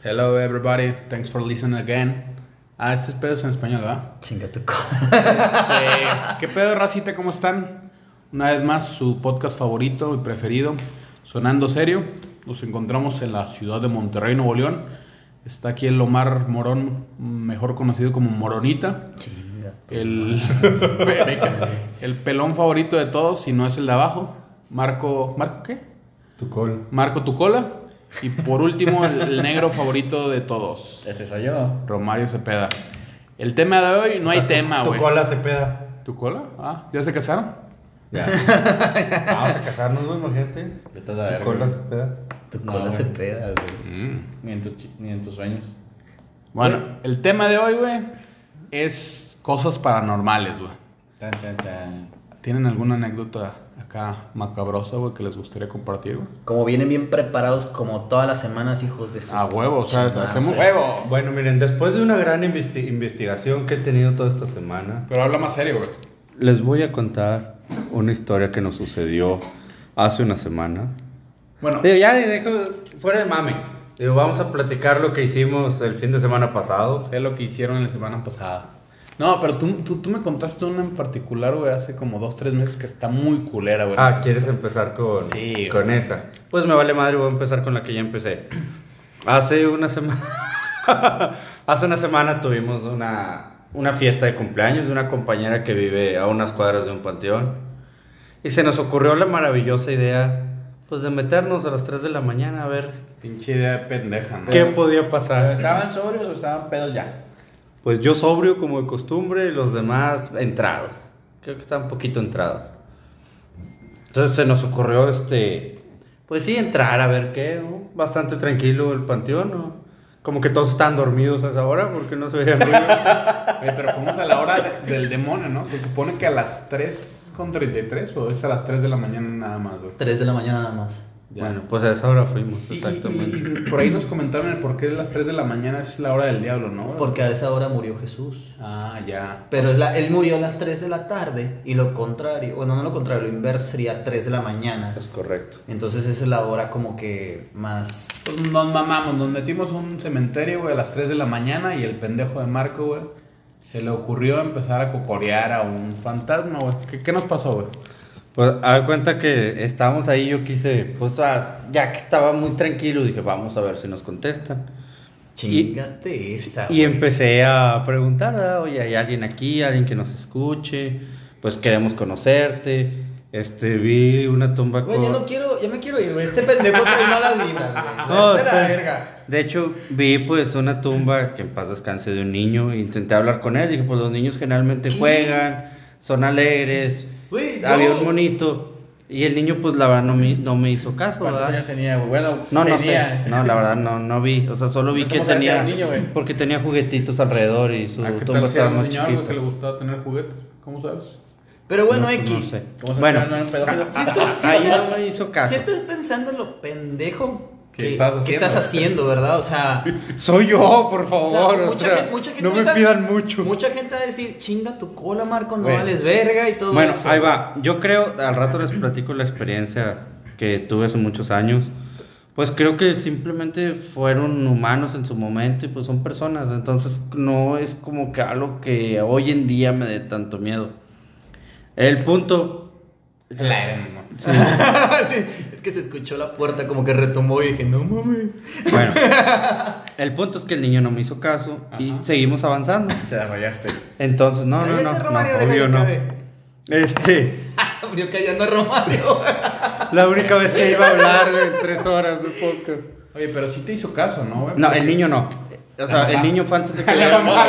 Hello everybody, thanks for listening again. Este es pedos en español, ¿verdad? Chinga tu ¿Qué pedo, racita? ¿Cómo están? Una vez más, su podcast favorito y preferido, Sonando Serio. Nos encontramos en la ciudad de Monterrey, Nuevo León. Está aquí el Omar Morón, mejor conocido como Moronita. El pelón favorito de todos, si no es el de abajo. ¿Marco qué? Tucola. Marco Tucola. Y por último, el negro favorito de todos. Ese soy yo. Romario Cepeda. El tema de hoy, no hay tema, güey. Tucola Cepeda. ¿Tucola? Ah, ¿ya se casaron? Ya. Vamos a casarnos, güey, imagínate. Tucola Cepeda. Tucola Cepeda, güey. Ni en tus sueños. Bueno, el tema de hoy, güey, es cosas paranormales, güey. Chan. ¿Tienen alguna anécdota acá macabrosa, güey, que les gustaría compartir, güey? Como vienen bien preparados como todas las semanas, hijos de su... A huevo, o sea, chingada hacemos... ¡Huevo! Bueno, miren, después de una gran investigación que he tenido toda esta semana, Pero habla más serio, güey. les voy a contar una historia que nos sucedió hace una semana. Bueno, Digo, ya dejo fuera de mame. Digo, vamos a platicar lo que hicimos el fin de semana pasado. sé lo que hicieron la semana pasada. No, pero tú me contaste una en particular, güey, hace como 2-3 meses que está muy culera, güey. Ah, ¿quieres empezar con, Sí, con güey. esa? Pues me vale madre, voy a empezar con la que ya empecé. Hace una semana... hace una semana tuvimos una fiesta de cumpleaños de una compañera que vive a unas cuadras de un panteón. Y se nos ocurrió la maravillosa idea, pues, de meternos a las 3 de la mañana a ver Pinche idea de pendeja, ¿no? qué podía pasar. ¿Estaban sobrios o estaban pedos ya? Pues yo sobrio como de costumbre y los demás entrados. Creo que estaban un poquito entrados. Entonces se nos ocurrió pues sí, entrar a ver qué, ¿no? Bastante tranquilo el panteón, ¿no? Como que todos estaban dormidos a esa hora porque no se veía ruido. Oye, pero fuimos a la hora del demonio, ¿no? Se supone que a las 3:33 o es a las 3 de la mañana nada más, güey. 3 de la mañana nada más. Ya. Bueno, pues a esa hora fuimos, Y exactamente. por ahí nos comentaron el por qué las 3 de la mañana es la hora del diablo, ¿no? Porque a esa hora murió Jesús. Ah, ya. Pero él murió a las 3 de la tarde y lo contrario, bueno, no lo contrario, lo inverso sería 3 de la mañana. Es correcto. Entonces esa es la hora como que más... Pues nos mamamos, nos metimos a un cementerio, güey, a las 3 de la mañana y el pendejo de Marco, güey, se le ocurrió empezar a cocorear a un fantasma, güey. ¿Qué nos pasó, güey? Pues a dar cuenta que estábamos ahí, yo quise, pues ya que estaba muy tranquilo, dije, vamos a ver si nos contestan. Chingate esa. Y empecé a preguntar, oye, ¿hay alguien aquí? ¿Alguien que nos escuche? Pues queremos conocerte. Vi una tumba Güey, con... ya me quiero ir, güey. Este pendejo trae malas vibras, güey. No, Vete a la pues, verga. de hecho, vi pues una tumba que en paz descanse de un niño. Intenté hablar con él, dije, pues los niños generalmente juegan, son alegres. Güey, Había no. un monito. Y el niño, pues la verdad, no me hizo caso, ¿Cuántos ¿verdad? años tenía, güey? Bueno, No sé. tenía. No, la verdad, no vi. O sea, solo vi que Entonces, ¿cómo sabes si era tenía... un niño, güey? Porque tenía juguetitos alrededor y su ¿A qué tumba tal si era estaba un más señor, güey, chiquita. que le gustaba tener juguetes? ¿Cómo sabes? Pero bueno, No X. sé. ¿Cómo se Bueno, llama? No era un pedófilo. ahí no me hizo caso. Si estás pensando lo pendejo ¿Qué estás que estás haciendo, ¿verdad? O sea, Soy yo, por favor. mucha gente no me ahorita- pidan mucho. Mucha gente va a decir, chinga tu cola, Marco, no Güey. vales verga y todo Bueno, eso. ahí va. Yo creo, al rato les platico la experiencia que tuve hace muchos años. Pues creo que simplemente fueron humanos en su momento y pues son personas. Entonces no es como que algo que hoy en día me dé tanto miedo. El punto... Claro, no. Sí, es que se escuchó la puerta como que retomó y dije, no mames. Bueno, el punto es que el niño no me hizo caso y Ajá. seguimos avanzando. Se desarrollaste. Entonces, no, Cállate, Romario, deja obvio que no. acabe. Yo callando a Romario. La única vez que iba a hablar en 3 horas de podcast. Oye, pero sí te hizo caso, ¿no, güey? No, Porque- el niño no. O sea, el niño fue antes de que le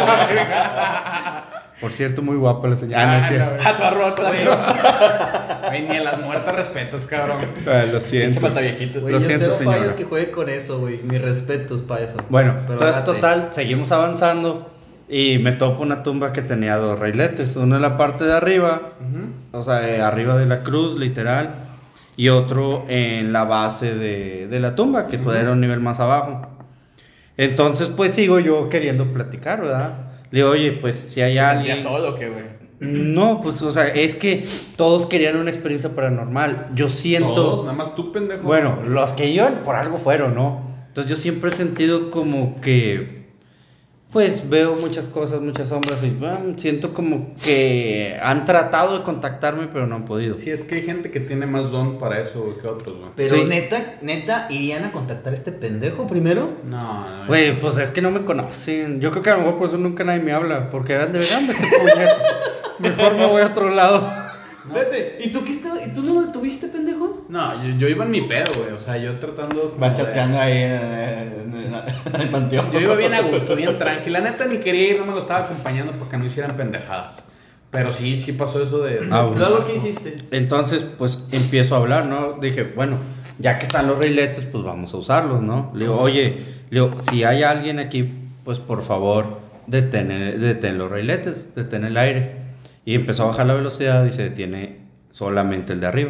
Por cierto, muy guapa la señora. Ah, no es cierto. A tu arroz, Güey, ni a las muertas respetas, cabrón. Lo siento. falta viejito. Güey, Lo yo siento, cero señora. fallas que juegue con eso, güey. Mis respetos para eso. Bueno, Pero entonces date. total, seguimos avanzando y me topo una tumba que tenía 2 railetes. Uno en la parte de arriba, o sea, arriba de la cruz, literal, y otro en la base de la tumba, que pues era un nivel más abajo. Entonces, pues sigo yo queriendo platicar, ¿verdad? Le digo, oye, pues si hay alguien... ¿Sentías solo o qué, güey? No, pues, o sea, es que todos querían una experiencia paranormal. Yo siento... Todos, nada más tú, pendejo. Bueno, los que iban por algo fueron, ¿no? Entonces yo siempre he sentido como que, pues veo muchas cosas, muchas sombras y siento como que han tratado de contactarme pero no han podido. Sí, es que hay gente que tiene más don para eso que otros, güey. Pero Sí. neta, ¿irían a contactar a este pendejo primero? No. Güey, pues es que no me conocen. Yo creo que a lo mejor por eso nunca nadie me habla. Porque de verdad, vete puñeta. Mejor me voy a otro lado. Vete. ¿Y tú qué estaba? ¿Y tú no lo tuviste, pendejo? No, yo iba en mi pedo, güey. O sea, yo tratando. como Va de- chateando ahí en el panteón. Yo iba bien a gusto, bien tranquila. La neta ni quería ir, no me lo estaba acompañando porque no hicieran pendejadas. Pero sí pasó eso de. Ah, bueno. Luego, ¿qué hiciste? Entonces, pues empiezo a hablar, ¿no? Dije, bueno, ya que están los reiletes, pues vamos a usarlos, ¿no? Le digo, oye, si hay alguien aquí, pues por favor, detén los reiletes, detén el aire. Y empezó a bajar la velocidad y se detiene solamente el de arriba.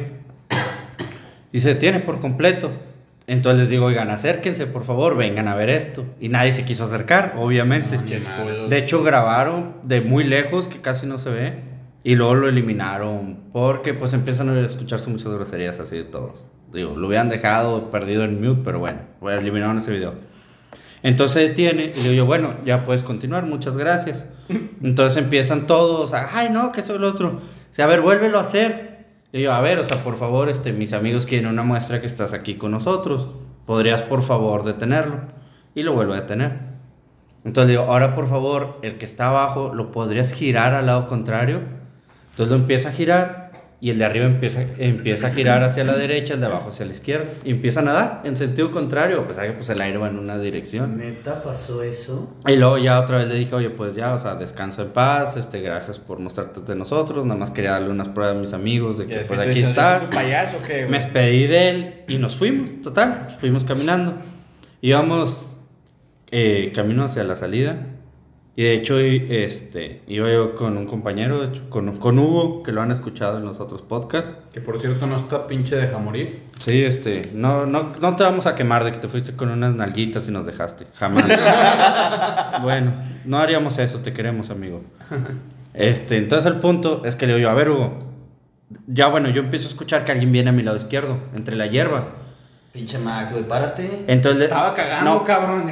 Y se detiene por completo. Entonces les digo, oigan, acérquense, por favor, vengan a ver esto. Y nadie se quiso acercar, obviamente. No, ni madre. De hecho, grabaron de muy lejos, que casi no se ve. Y luego lo eliminaron porque pues empiezan a escucharse muchas groserías así de todos. Digo, lo hubieran dejado perdido en mute, pero bueno, pues, eliminaron ese video. Entonces se detiene y le digo yo, bueno, ya puedes continuar, muchas gracias. Entonces empiezan todos, ay no, que eso es lo otro. O sea, a ver, vuélvelo a hacer. Y yo, a ver, o sea, por favor, mis amigos quieren una muestra que estás aquí con nosotros. ¿Podrías, por favor, detenerlo? Y lo vuelvo a detener. Entonces le digo, ahora, por favor, el que está abajo, ¿lo podrías girar al lado contrario? Entonces lo empieza a girar y el de arriba empieza a girar hacia la derecha, el de abajo hacia la izquierda. Y empieza a nadar en sentido contrario, a pesar que pues, el aire va en una dirección. ¿Neta pasó eso? Y luego ya otra vez le dije, oye, pues ya, o sea, descansa en paz, gracias por mostrarte de nosotros, nada más quería darle unas pruebas a mis amigos de que pues aquí estás. payaso qué, Me güey? despedí de él y nos fuimos, total, fuimos caminando. Íbamos camino hacia la salida y de hecho iba yo con un compañero, de hecho, con Hugo, que lo han escuchado en los otros podcasts. Que por cierto no está pinche deja morir. Sí, no te vamos a quemar de que te fuiste con unas nalguitas y nos dejaste, jamás. Bueno, no haríamos eso, te queremos, amigo. Entonces el punto es que le digo yo, a ver, Hugo, ya bueno, yo empiezo a escuchar que alguien viene a mi lado izquierdo, entre la hierba. Pinche Max, güey, párate. Entonces, Estaba cagando, no, cabrón.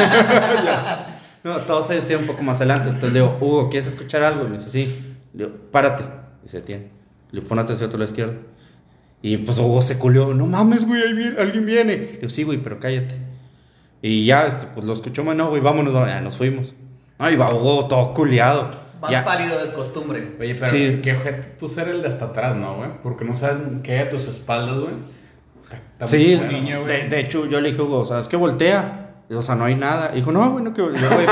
no, todo se decía un poco más adelante. Entonces le digo, Hugo, ¿quieres escuchar algo? Y me dice, sí. Le digo, párate. Y se detiene. Le digo, pon atención a tu lado izquierdo. Y pues Hugo se culió, no mames, güey, ahí viene, alguien viene. Le digo, sí, güey, pero cállate. Y ya, pues lo escuchó, no, güey, vámonos, ya nos fuimos. Ay, va Hugo todo culiado. Más Ya. pálido de costumbre. Oye, pero Sí. qué ojete tú ser el de hasta atrás, ¿no, güey? Porque no saben qué hay a tus espaldas, güey. Está Sí, muy niño, güey. de hecho yo le dije, Hugo, ¿sabes qué? Voltea. O sea, no hay nada. Y dijo, no, güey, no, que voltea, güey.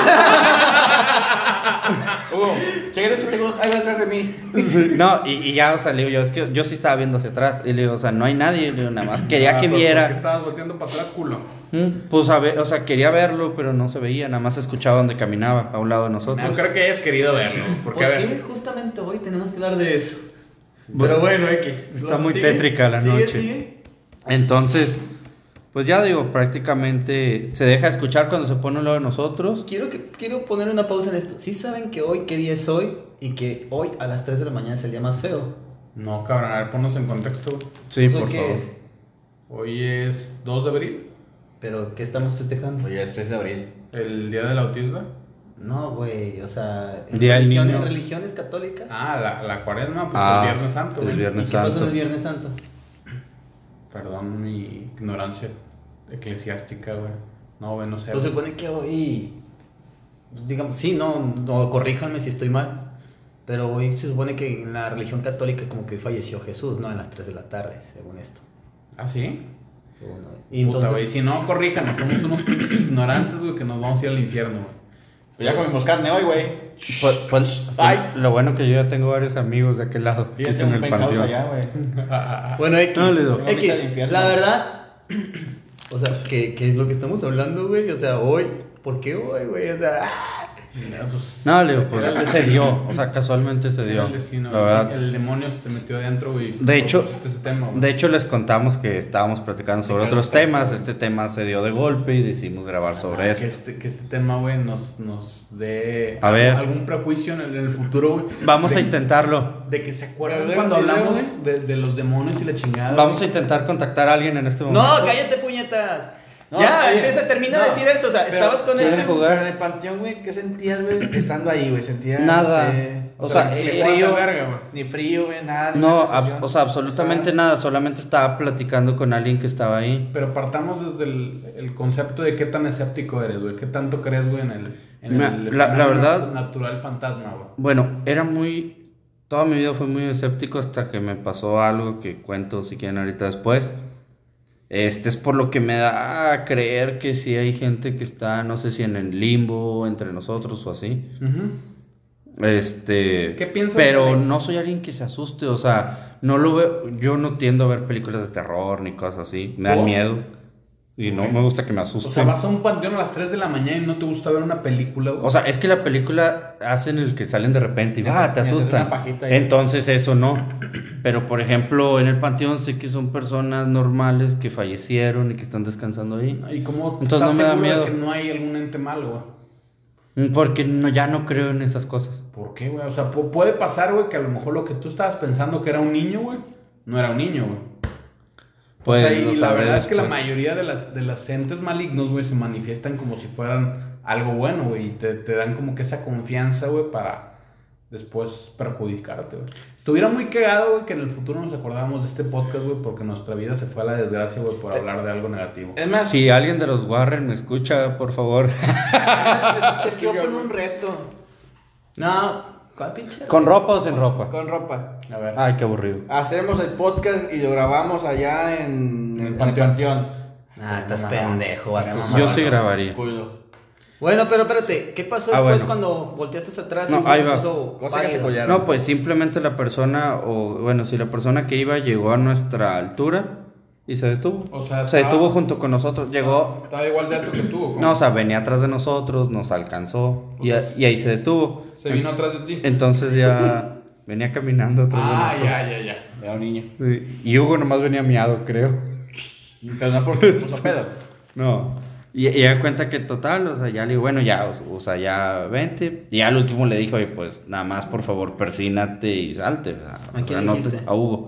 Hugo, chécate si tengo algo detrás de mí. Sí, no, y ya, o sea, le digo yo, es que yo sí estaba viendo hacia atrás. Y le digo, o sea, no hay nadie. Le digo, nada más quería que ¿Por qué viera. estabas volteando para atrás, culo? Pues a ver, o sea, quería verlo, pero no se veía. Nada más escuchaba donde caminaba, a un lado de nosotros. No creo que hayas querido verlo. ¿Por Porque, a ver, qué justamente hoy tenemos que hablar de eso? Pero bueno, X. Está muy tétrica la noche. Sigue. Entonces, pues ya digo, prácticamente se deja escuchar cuando se pone a un lado de nosotros. Quiero poner una pausa en esto. ¿Sí saben que hoy, qué día es hoy? Y que hoy a las 3 de la mañana es el día más feo. no, cabrón, a ver, ponnos en contexto, güey. Sí, ¿Eso por qué favor. es? Hoy es 2 de abril, ¿Pero qué estamos festejando? Oye, es 3 de abril. el día del autismo. No, güey, o sea, en Día del niño. religiones católicas. Ah, la cuaresma, pues Ah, el Viernes Santo, el güey. Viernes ¿Y qué pasó Santo. en el Viernes Santo? Perdón mi ignorancia eclesiástica, güey. No, güey, no sé. Pues se güey. supone que hoy, pues, digamos, sí, no, corríjanme si estoy mal, pero hoy se supone que en la religión católica como que falleció Jesús, ¿no? A las 3 de la tarde, según esto. ¿Ah, sí? Según hoy. Y Puta, entonces, güey, si no, corríjanos, somos unos pinches ignorantes, güey, que nos vamos a ir al infierno, güey. Pues ya comimos carne hoy, güey. Pues, Ay. lo bueno que yo ya tengo varios amigos de aquel lado, que es Fíjate, en un el penthouse panteón. allá, güey. bueno, X, No, le digo. Tengo vista al infierno. la verdad, o sea, ¿qué es lo que estamos hablando, güey? O sea, hoy, ¿por qué hoy, güey? O sea, Pues, No, le digo, pues se dio, o sea, casualmente se dio. el destino, La verdad. el demonio se te metió adentro, güey. De hecho, Ese tema, güey. De hecho, les contamos que estábamos platicando sobre Claro, otros está temas. bien. Este tema se dio de golpe y decidimos grabar sobre que esto. este tema, güey, nos dé A ver. algún prejuicio en el futuro, güey. Vamos a De- intentarlo. De que se acuerdan Pero cuando luego, hablamos güey. de los demonios y la chingada. Vamos a güey. intentar contactar a alguien en este momento. no, cállate, puñetas. No, ya, oye, termina de decir eso. O sea, Pero, estabas con ¿quieren este. jugar? Pero en el panteón, güey, ¿qué sentías, güey, estando ahí, güey? ¿Sentías, Nada. no sé, O sea, ni que frío, fueras a verga, güey. ni frío, güey, nada? No, ninguna sensación? o sea, absolutamente nada, solamente estaba platicando con alguien que estaba ahí. Pero partamos desde el concepto de qué tan escéptico eres, güey. ¿Qué tanto crees, güey, en el Mira, la fenómeno verdad- natural fantasma, güey? Bueno, toda mi vida fue muy escéptico hasta que me pasó algo que cuento si quieren ahorita después. Es por lo que me da a creer que sí hay gente que está, no sé si en el limbo entre nosotros o así. ¿Qué piensas Pero de- no soy alguien que se asuste, o sea, no lo veo, yo no tiendo a ver películas de terror ni cosas así, me dan ¿Oh? miedo y no me gusta que me O asusten. sea, vas a un panteón a las 3 de la mañana y no te gusta ver una película, güey. O sea, es que la película hacen el que salen de repente y Y te hacer asustan. una pajita ahí. Entonces eso no. Pero por ejemplo, en el panteón sé que son personas normales que fallecieron y que están descansando ahí. ¿Y cómo Entonces estás no me da seguro miedo. de que no hay algún ente malo, güey? Porque ya no creo en esas cosas. ¿Por qué, güey? O sea, puede pasar, güey, que a lo mejor lo que tú estabas pensando que era un niño, güey, no era un niño, güey. Pues O sea, y lo la sabré verdad es que la después. mayoría de las entes malignos, güey, se manifiestan como si fueran algo bueno, güey, y te dan como que esa confianza, güey, para después perjudicarte, güey. Estuviera muy cagado, güey, que en el futuro nos acordáramos de este podcast, güey, porque nuestra vida se fue a la desgracia, güey, por hablar de algo negativo. Es más, Si alguien de los Warren me escucha, por favor. les quiero poner un reto. No, ¿cuál pinche? ¿Con ropa o sin ropa? Con ropa. A ver. Ay, qué aburrido. Hacemos el podcast y lo grabamos allá en el panteón. Ah, estás No, pendejo, vas tú no, solo. Yo sí grabaría. Culo. Bueno, pero espérate, ¿qué pasó Ah, después bueno. cuando volteaste hacia atrás? No, y ahí se va. puso Cosa que se pálido? collaron. No, pues simplemente la persona, si la persona que iba llegó a nuestra altura y se detuvo. O sea, se estaba- detuvo junto con nosotros. Llegó, Estaba igual de alto que tú, ¿o no, o sea, venía atrás de nosotros, nos alcanzó y, Pues y ahí se detuvo. se vino atrás de ti. Entonces ya venía caminando atrás de Ah, nosotros. ya. Era un niño. Sí, y Hugo nomás venía miado, creo. Pero no porque se puso pedo. No. Y da cuenta que total, o sea, ya le digo, bueno, ya, o sea, ya vente. Y al último le dijo, oye, pues nada más, por favor, persínate y salte. O sea, ¿A quién no dijiste? a Hugo.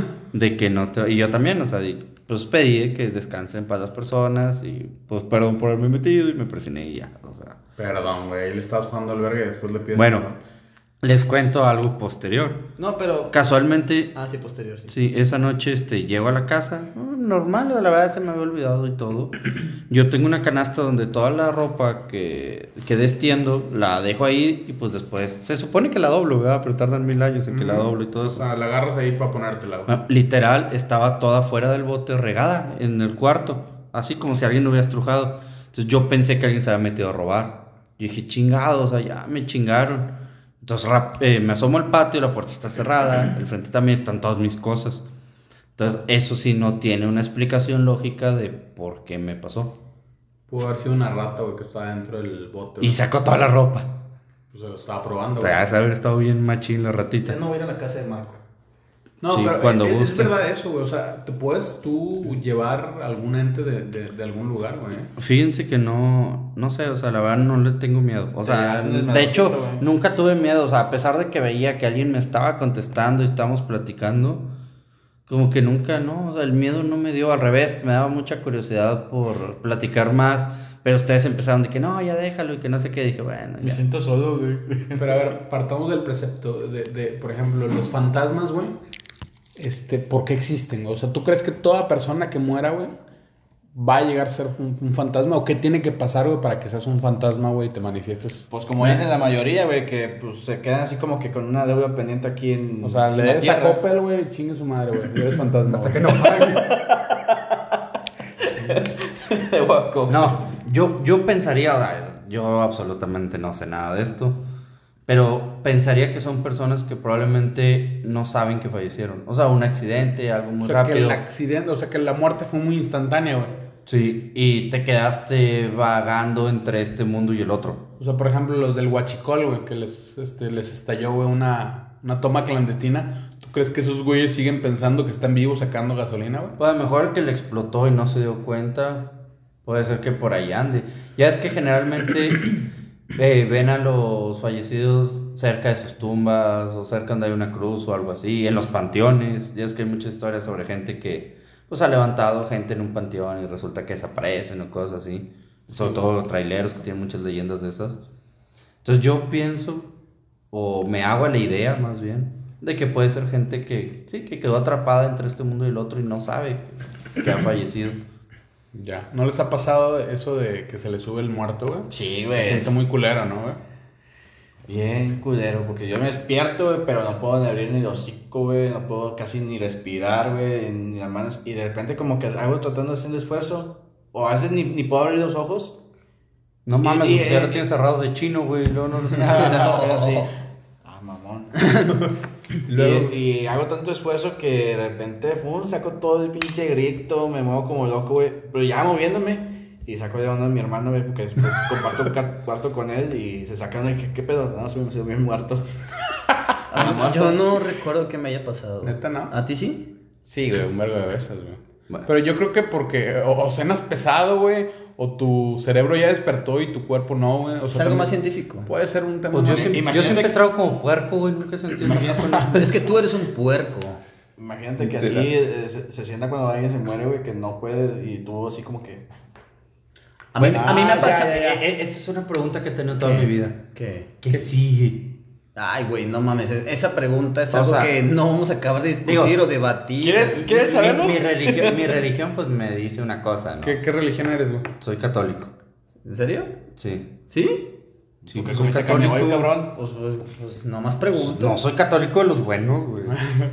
De que no te. Y yo también, o sea, pues pedí que descansen para las personas y pues perdón por haberme metido y me presioné y ya, o sea. Perdón, güey, le estabas jugando al verga y después le pides Bueno, perdón. les cuento algo posterior. No, pero. Casualmente, Ah, sí, posterior, sí. sí, esa noche llego a la casa, normal, la verdad se me había olvidado y todo. Yo tengo una canasta donde toda la ropa que destiendo la dejo ahí y pues después se supone que la doblo, ¿verdad? Pero tardan 1000 años en que la doblo y todo O eso. sea, la agarras ahí para ponértela, güey. No, literal, estaba toda fuera del bote regada en el cuarto, así como si alguien lo hubiera estrujado. Entonces yo pensé que alguien se había metido a robar. Yo dije, chingado, o sea, ya me chingaron. Entonces me asomo al patio, la puerta está cerrada, el frente también están todas mis cosas. Entonces eso sí no tiene una explicación lógica de por qué me pasó. Pudo haber sido una rata, güey, que estaba dentro del bote. Y güey. sacó toda la ropa. Pues se lo estaba probando, Te güey. vas a haber estado bien machín la ratita. Ya no voy a ir a la casa de Marco. No, Sí, pero cuando es gusten. verdad eso, güey. O sea, ¿te puedes tú llevar algún ente de algún lugar, güey? Fíjense que no sé, o sea, la verdad no le tengo miedo. O sea, haces de desmadrocito, hecho, güey. nunca tuve miedo. O sea, a pesar de que veía que alguien me estaba contestando y estábamos platicando, como que nunca, ¿no? O sea, el miedo no me dio, al revés, me daba mucha curiosidad por platicar más. Pero ustedes empezaron de que no, ya déjalo y que no sé qué. Dije, bueno, Me ya. siento solo, güey. Pero a ver, partamos del precepto de por ejemplo, los fantasmas, güey. ¿Por qué existen, güey? O sea, ¿tú crees que toda persona que muera, güey, va a llegar a ser un fantasma? ¿O qué tiene que pasar, güey, para que seas un fantasma, güey, y te manifiestes? Pues como dicen la mayoría, güey, que pues se quedan así como que con una deuda pendiente aquí en O sea, le en la des a tierra. Coppel, güey, chingue su madre, güey. Eres fantasma. Hasta güey. que no pagues. Guaco. No, yo pensaría, o sea, yo absolutamente no sé nada de esto, pero pensaría que son personas que probablemente no saben que fallecieron. O sea, un accidente, algo muy O sea, que rápido. el accidente, o sea, que la muerte fue muy instantánea, güey. Sí, y te quedaste vagando entre este mundo y el otro. O sea, por ejemplo, los del Huachicol, güey, que les estalló, güey, una toma clandestina. ¿Tú crees que esos güeyes siguen pensando que están vivos sacando gasolina, güey? Pues a lo mejor que le explotó y no se dio cuenta. Puede ser que por ahí ande. Ya es que generalmente ven a los fallecidos cerca de sus tumbas o cerca donde hay una cruz o algo así, en los panteones. Ya es que hay muchas historias sobre gente que pues ha levantado gente en un panteón y resulta que desaparecen o cosas así. Sobre todo traileros que tienen muchas leyendas de esas. Entonces yo pienso, o me hago a la idea más bien, de que puede ser gente que, sí, que quedó atrapada entre este mundo y el otro y no sabe que ha fallecido. Ya. ¿No les ha pasado eso de que se le sube el muerto, güey? Sí, Se siente muy culero, ¿no, güey? Bien culero, porque yo me despierto, güey, pero no puedo ni abrir ni el hocico, güey, no puedo casi ni respirar, güey, ni las manos, y de repente como que hago tratando de hacer el esfuerzo, o a veces ni puedo abrir los ojos. No mames, Y- si ahora tienen cerrados de chino, güey. No. Pero sí. Ah, mamón. Luego- y hago tanto esfuerzo que de repente, saco todo el pinche grito, me muevo como loco, güey, pero ya moviéndome. Y saco de onda a mi hermano, güey, porque después comparto un cuarto con él y se sacan de ¿qué pedo? No, se me bien muerto. Yo no recuerdo que me haya pasado. ¿Neta no? ¿A ti sí? Sí, güey, un vergo de veces, güey. Bueno. Pero yo creo que porque o cenas pesado, güey, o tu cerebro ya despertó y tu cuerpo no, güey. O sea, Es algo también más científico. Puede ser un tema Pues yo más- siempre, Imagínate- yo siempre trago como puerco, güey. Nunca he sentido nada. Es que tú eres un puerco. Imagínate que así se sienta cuando alguien se muere, güey, que no puede y tú así como que... A mí me ha pasado. Esa es una pregunta que he tenido toda mi vida. ¿Qué? ¿Qué sigue? Ay, güey, no mames. Esa pregunta es O algo sea, que no vamos a acabar de discutir digo, o debatir. ¿Quieres saberlo? Mi religión, pues me dice una cosa, ¿no? ¿Qué religión eres, güey? Soy católico. ¿En serio? Sí. ¿Sí? Sí, ¿Por qué soy comiste carne hoy, cabrón? Pues nomás pregunto. No, soy católico de los buenos, güey.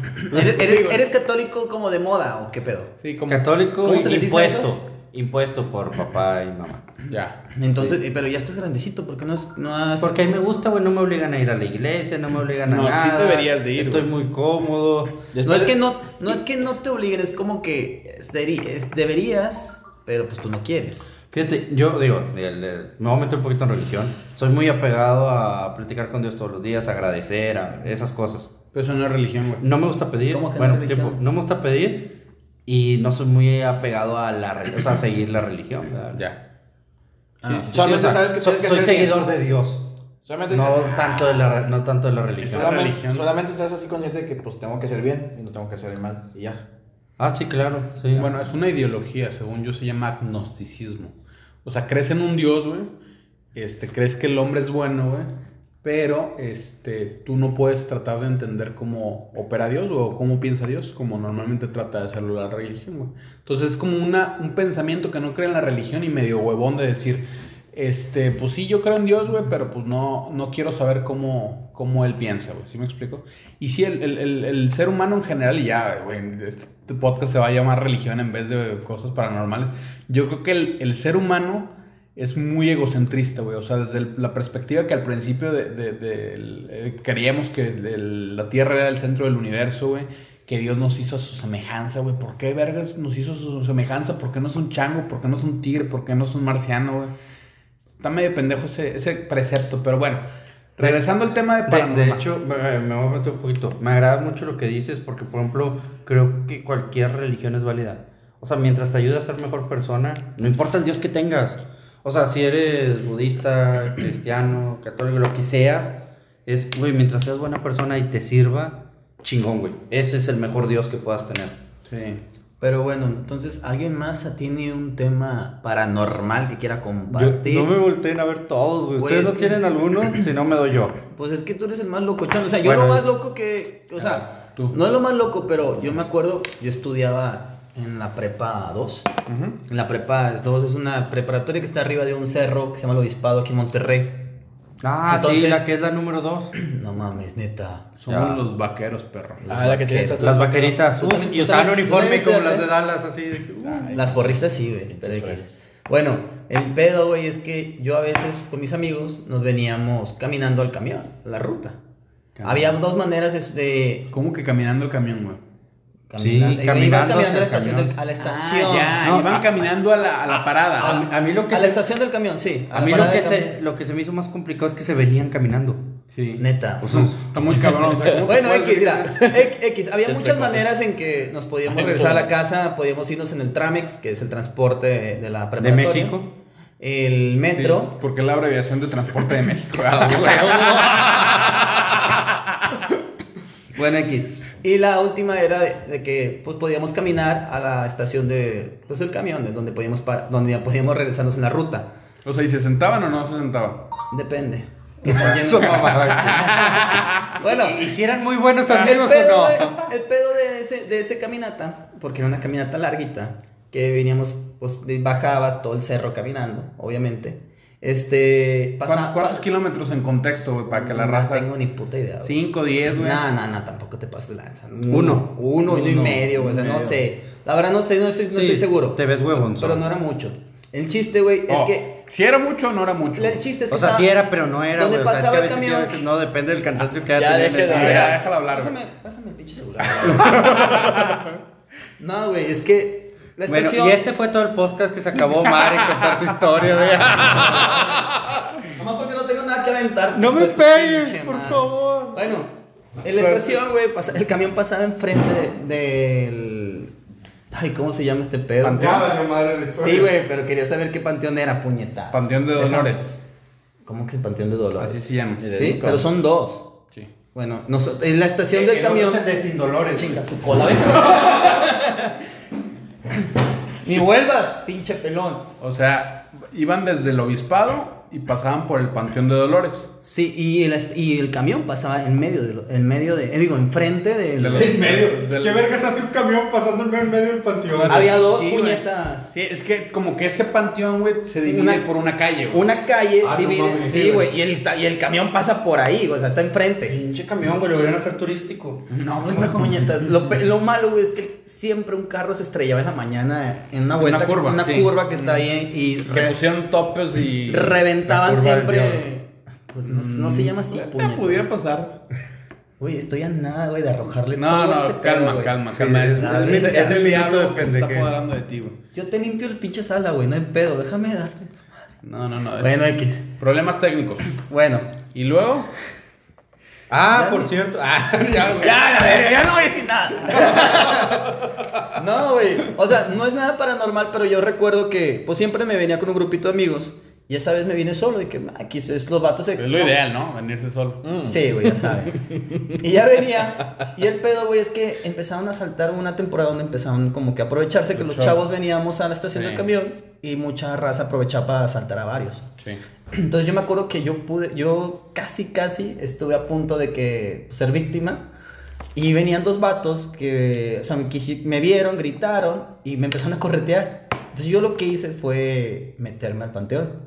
¿Eres católico como de moda o qué pedo? Sí, como... Católico ¿Cómo se les dice a impuesto. esos? Impuesto por papá y mamá. Ya. Entonces, pero ya estás grandecito, ¿por qué no has... Porque a mí me gusta, güey, no me obligan a ir a la iglesia, no me obligan a No, sí nada. deberías de ir, Estoy güey. muy cómodo. No es que no te obliguen, es como que deberías, pero pues tú no quieres. Fíjate, yo digo, me voy a meter un poquito en religión. Soy muy apegado a platicar con Dios todos los días, agradecer, a esas cosas. Pero eso no es religión, güey. No me gusta pedir. ¿Cómo que no Bueno, es religión? tipo, no me gusta pedir y no soy muy apegado a o sea, a seguir la religión, ¿verdad? Ya. Solamente sabes que tienes que soy hacer seguidor bien. de Dios. Solamente No tanto de la religión. la religión. Solamente estás así consciente de que pues tengo que hacer bien y no tengo que hacer mal y ya. Ah, sí, claro. Sí. Bueno, es una ideología, según yo se llama agnosticismo. O sea, crees en un Dios, güey. Crees que el hombre es bueno, güey. Pero, tú no puedes tratar de entender cómo opera Dios o cómo piensa Dios, como normalmente trata de hacerlo la religión, güey. Entonces es como un pensamiento que no cree en la religión y medio huevón de decir, pues sí, yo creo en Dios, güey, pero pues no quiero saber cómo él piensa, güey. ¿Sí me explico? Y sí, el ser humano en general, y ya, güey, este podcast se va a llamar religión en vez de cosas paranormales. Yo creo que el ser humano es muy egocentrista, güey. O sea, desde la perspectiva que al principio creíamos que la Tierra era el centro del universo, güey. Que Dios nos hizo a su semejanza, güey. ¿Por qué, vergas, nos hizo a su semejanza? ¿Por qué no es un chango? ¿Por qué no es un tigre? ¿Por qué no es un marciano, güey? Está medio pendejo ese precepto, pero bueno. Regresando al tema de paranormal. De hecho, me voy a meter un poquito. Me agrada mucho lo que dices porque, por ejemplo, creo que cualquier religión es válida. O sea, mientras te ayude a ser mejor persona, no importa el Dios que tengas. O sea, si eres budista, cristiano, católico, lo que seas, güey, mientras seas buena persona y te sirva, chingón, güey. Ese es el mejor Dios que puedas tener. Sí. Pero bueno, entonces, ¿alguien más tiene un tema paranormal que quiera compartir? No me volteen a ver todos, güey. Pues ¿Ustedes no que- tienen alguno? Si no, me doy yo. Pues es que tú eres el más locochón. O sea, yo Bueno, lo más loco que... O sea, tú. no es lo más loco, pero yo me acuerdo, yo estudiaba en la prepa 2. En la prepa 2 es una preparatoria que está arriba de un cerro que se llama El Obispado aquí en Monterrey. Ah, Entonces- sí, la que es la número 2. No mames, neta. Somos Ya. los vaqueros, perro. La que tienes Las vaqueritas. Tú también- Y tú usaban también- uniforme tú como también las de estás- Dallas, así de que... Las porristas sí, güey. Pero X. Bueno, el pedo, güey, es que yo a veces con mis amigos nos veníamos caminando al camión, la ruta. Había dos maneras de ¿Cómo que caminando el camión, güey? Sí, ibas caminando a la hacia el estación camión. a la estación. ya, No, iban caminando a la parada. A mí lo que A la se... estación del camión, sí. A la mí lo parada que, del camión. lo que se me hizo más complicado es que se venían caminando. Sí. Neta. O sea, Está muy cabrón. O sea, ¿cómo te Bueno, puedes X, decir? mira, X, había Muchas muchas cosas. maneras en que nos podíamos regresar a la casa, podíamos irnos en el Tramex, que es el transporte de la de preparatoria. México. El metro. Sí, porque es la abreviación de transporte de México. Bueno, X. Y la última era de que pues podíamos caminar a la estación de pues el camión, de donde donde ya podíamos regresarnos en la ruta. O sea, ¿y se sentaban o no se sentaban? Depende. ¿Qué tan lleno? Eso, mamá. Bueno, ¿Y si eran muy buenos el amigos pedo, o no? el pedo de ese caminata, porque era una caminata larguita, que veníamos, pues bajabas todo el cerro caminando, obviamente. ¿Cuántos kilómetros en contexto, güey? Para que la raza... No tengo ni puta idea, güey. 5, 10, güey. No, tampoco te pases de lanza. Uno y medio, güey. O sea, no sé. La verdad no sé, no estoy seguro. Te ves huevón. Pero no era mucho. El chiste, güey, es que... ¿Si era mucho o no era mucho? El chiste es que O sea, sí era, pero no era, donde güey. O sea, es que pasaba a el veces sí, a camión... veces no. Depende del cansancio que Ya haya deje de- Mira, déjala hablar, güey. Pásame el pinche celular. No, güey, es que la Bueno, estación... y este fue todo el podcast que se acabó Mar en contar su historia, güey. Nomás porque no tengo nada que aventar. No me Pinche pegues, por madre. favor. Bueno, en la estación, güey, el camión pasaba enfrente del... Ay, ¿cómo se llama este pedo? Panteón. Sí, güey, pero quería saber qué panteón era, puñeta. Panteón de Dolores. ¿Cómo que es Panteón de Dolores? Así se llama. Sí, pero son dos. Sí. Bueno, en la estación del camión... de Sin Dolores. Chinga tu cola, güey. Ni vuelvas, pinche pelón. O sea, iban desde el obispado y pasaban por el Panteón de Dolores. Sí, y el camión pasaba en medio enfrente del... En medio. ¿Qué vergas hace un camión pasando en medio del panteón? Había dos Sí, güey. puñetas. Sí, es que como que ese panteón, güey, se divide Una- por una calle, güey. Una calle Ah, no divide... mames, sí, sí, güey, y el camión pasa por ahí, güey, o sea, está enfrente. Pinche camión, güey, lo deberían hacer turístico. No, güey, puñetas. Lo malo, güey, es que siempre un carro se estrellaba en la mañana en una vuelta, curva, sí. curva que está ahí y Que pusieron topes y... reventaban la curva del siempre... Pues no se llama así, puñetas. pudiera pasar. Güey, estoy a nada, güey, de arrojarle No, todo no, este pedo, calma, güey. calma, Sí, calma. es el el minuto diablo de que se está pendejez. apoderando de ti, güey. Yo te limpio el pinche sala, güey, no hay pedo, déjame darles. No. Bueno, X. Problemas técnicos. Bueno. Y luego... Ah, Ya por ni- cierto. Ah, ya, güey. Ya, la verga, ya no voy a decir nada. No, güey. O sea, no es nada paranormal, pero yo recuerdo que, pues siempre me venía con un grupito de amigos. Y esa vez me vine solo. Y que aquí los vatos se. Es lo ideal, ¿no? Venirse solo. Sí, güey, ya sabes. Y ya venía. Y el pedo, güey, es que empezaron a saltar una temporada donde empezaron como que a aprovecharse que los chavos veníamos a la estación Sí. del camión. Y mucha raza aprovechaba para asaltar a varios. Sí. Entonces yo me acuerdo que yo casi estuve a punto de que pues, ser víctima. Y venían dos vatos que, o sea, me vieron, gritaron y me empezaron a corretear. Entonces yo lo que hice fue meterme al panteón.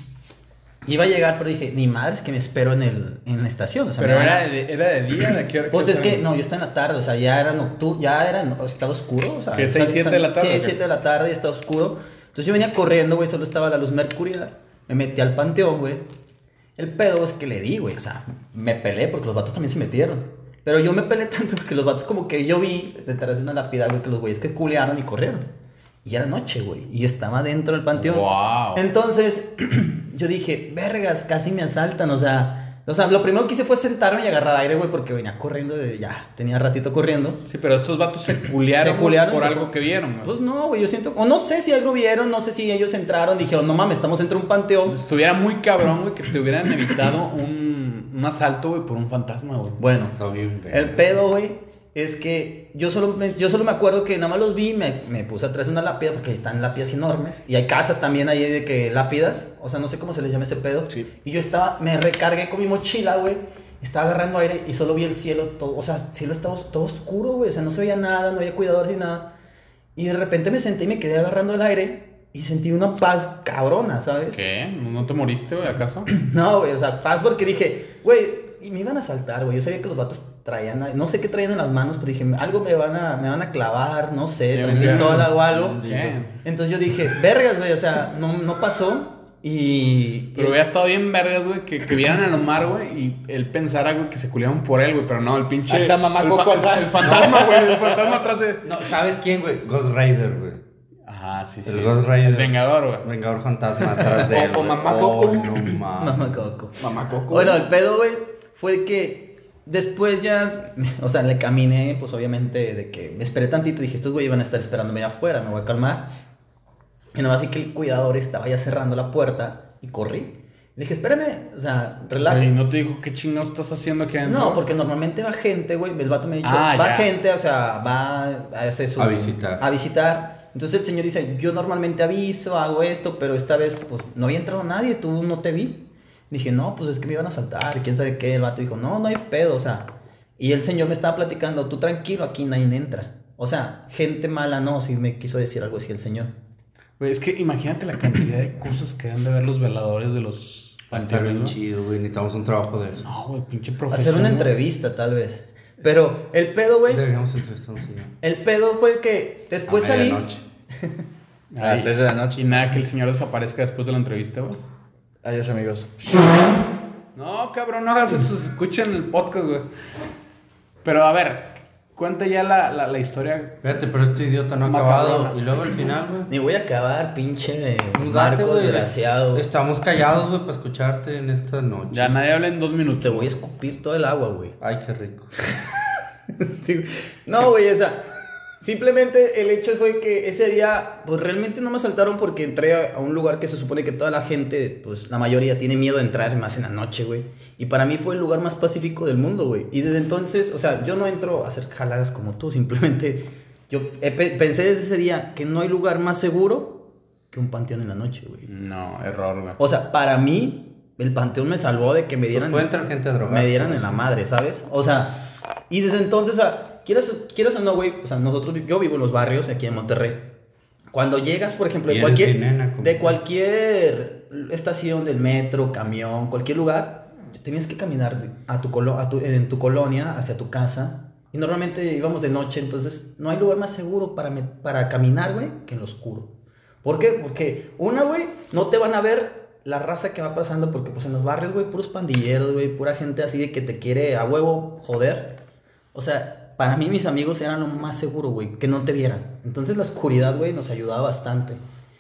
Iba a llegar, pero dije, ni madre, es que me espero en la estación. O sea, Pero me van era a- de día, ¿de qué hora? Pues qué es hora? que, no, yo estaba en la tarde, o sea, ya era nocturno, estaba oscuro, o sea... ¿Qué, 6, 7 de la tarde, Sí, o qué? 7 de la tarde y estaba oscuro. Entonces yo venía corriendo, güey, solo estaba la luz mercurial. Me metí al panteón, güey. El pedo es que le di, güey, o sea, me peleé porque los vatos también se metieron. Pero yo me peleé tanto porque los vatos como que yo vi detrás de una lápida, güey, que los güeyes que culearon y corrieron. Y era noche, güey, y yo estaba dentro del panteón. Wow. Entonces, yo dije, vergas, casi me asaltan, o sea, lo primero que hice fue sentarme y agarrar aire, güey, porque venía corriendo tenía ratito corriendo. Sí, pero estos vatos se culearon, Se culearon, por se algo fue. que vieron, güey. Pues no, güey, yo siento, o no sé si algo vieron, no sé si ellos entraron, dijeron, no mames, estamos entre un panteón. Estuviera muy cabrón, güey, que te hubieran evitado un asalto, güey, por un fantasma, güey. Bueno, Está bien, güey. el pedo, güey, es que yo solo me acuerdo que nada más los vi, me puse atrás de una lápida, porque están lápidas enormes, y hay casas también ahí de que lápidas, o sea, no sé cómo se les llama ese pedo. Sí. Y yo me recargué con mi mochila, güey, estaba agarrando aire y solo vi el cielo todo, o sea, el cielo estaba todo oscuro, güey, o sea, no se veía nada, no había cuidadores ni nada. Y de repente me senté y me quedé agarrando el aire y sentí una paz cabrona, ¿sabes? ¿Qué? ¿No te moriste, güey, acaso? No, güey, o sea, paz porque dije, güey, y me iban a saltar, güey. Yo sabía que los vatos traían, no sé qué traían en las manos, pero dije, algo me van a clavar, no sé, Sí, traen sí. pistola o algo. ¿Qué? Entonces yo dije, vergas, güey, o sea, no pasó. Y. Pero hubiera estado bien vergas, güey, que vieran a Omar, güey, y él pensara, güey, que se culiaban por él, güey, pero no, el pinche... Ahí está mamá el Coco el atrás. fantasma, güey, el fantasma atrás de... No, ¿sabes quién, güey? Ghost Rider, güey. Ajá, sí, sí. El Ghost Rider. El Vengador, güey. Vengador fantasma atrás de él. O güey. Mamá Oh, Coco. no mames. Mamá Coco. Mamá Coco. Bueno, el pedo, güey, fue que después ya, o sea, le caminé, pues obviamente, de que me esperé tantito, dije, estos güeyes van a estar esperándome allá afuera, me voy a calmar. Y nomás vi que el cuidador estaba ya cerrando la puerta y corrí. Le dije, espérame, o sea, ¿Y relájate. no te dijo qué chingados estás haciendo aquí adentro? No, porque normalmente va gente, güey. El vato me ha dicho, Ah, va ya. gente, o sea, va a hacer su... A visitar. A visitar. Entonces el señor dice, yo normalmente aviso, hago esto, pero esta vez, pues, no había entrado nadie, tú no te vi. Dije, no, pues es que me iban a asaltar, quién sabe qué. El vato dijo, no, no hay pedo, o sea. Y el señor me estaba platicando, tú tranquilo, aquí nadie entra. O sea, gente mala no, si me quiso decir algo así el señor. Güey, es que imagínate la cantidad de cosas que han de ver los veladores de los Va a estar panteones, bien ¿no? chido, güey. Necesitamos un trabajo de eso. No, güey, pinche profesión. Hacer una ¿no? entrevista, tal vez. Pero el pedo, güey, Deberíamos entrevistar a un señor. el pedo fue que después A salí... medianoche. A las 3 de la noche. Y nada, que el señor desaparezca después de la entrevista, güey. Adiós, amigos. No, cabrón, no hagas eso. Escuchen el podcast, güey. Pero a ver, cuenta ya la historia. Fíjate, pero este idiota no ha Macabrona. acabado. Y luego al final, güey. Ni voy a acabar, pinche Pues date, Marco güey. desgraciado. Estamos callados, güey, para escucharte en esta noche. Ya nadie habla en 2 minutos. Te voy a escupir todo el agua, güey. Ay, qué rico. No, güey, o sea, simplemente el hecho fue que ese día, pues realmente no me asaltaron porque entré a un lugar que se supone que toda la gente, pues la mayoría tiene miedo de entrar más en la noche, güey. Y para mí fue el lugar más pacífico del mundo, güey. Y desde entonces, o sea, yo no entro a hacer jaladas como tú, simplemente yo pensé desde ese día que no hay lugar más seguro que un panteón en la noche, güey. No, error, güey. O sea, para mí, el panteón me salvó de que me dieran... Puede entrar gente a drogar. Me dieran en la madre, ¿sabes? O sea, y desde entonces, o sea, quieras o no, güey, o sea, yo vivo en los barrios aquí en Monterrey. Cuando llegas, por ejemplo, Y de eres cualquier, mi nena, como- de cualquier estación del metro, camión, cualquier lugar, tenías que caminar en tu colonia hacia tu casa. Y normalmente íbamos de noche, entonces no hay lugar más seguro para caminar, güey, que en lo oscuro. ¿Por qué? Porque güey, no te van a ver la raza que va pasando, porque pues en los barrios, güey, puros pandilleros, güey, pura gente así de que te quiere a huevo joder. O sea, para mí mis amigos eran lo más seguro, güey, que no te vieran. Entonces la oscuridad, güey, nos ayudaba bastante.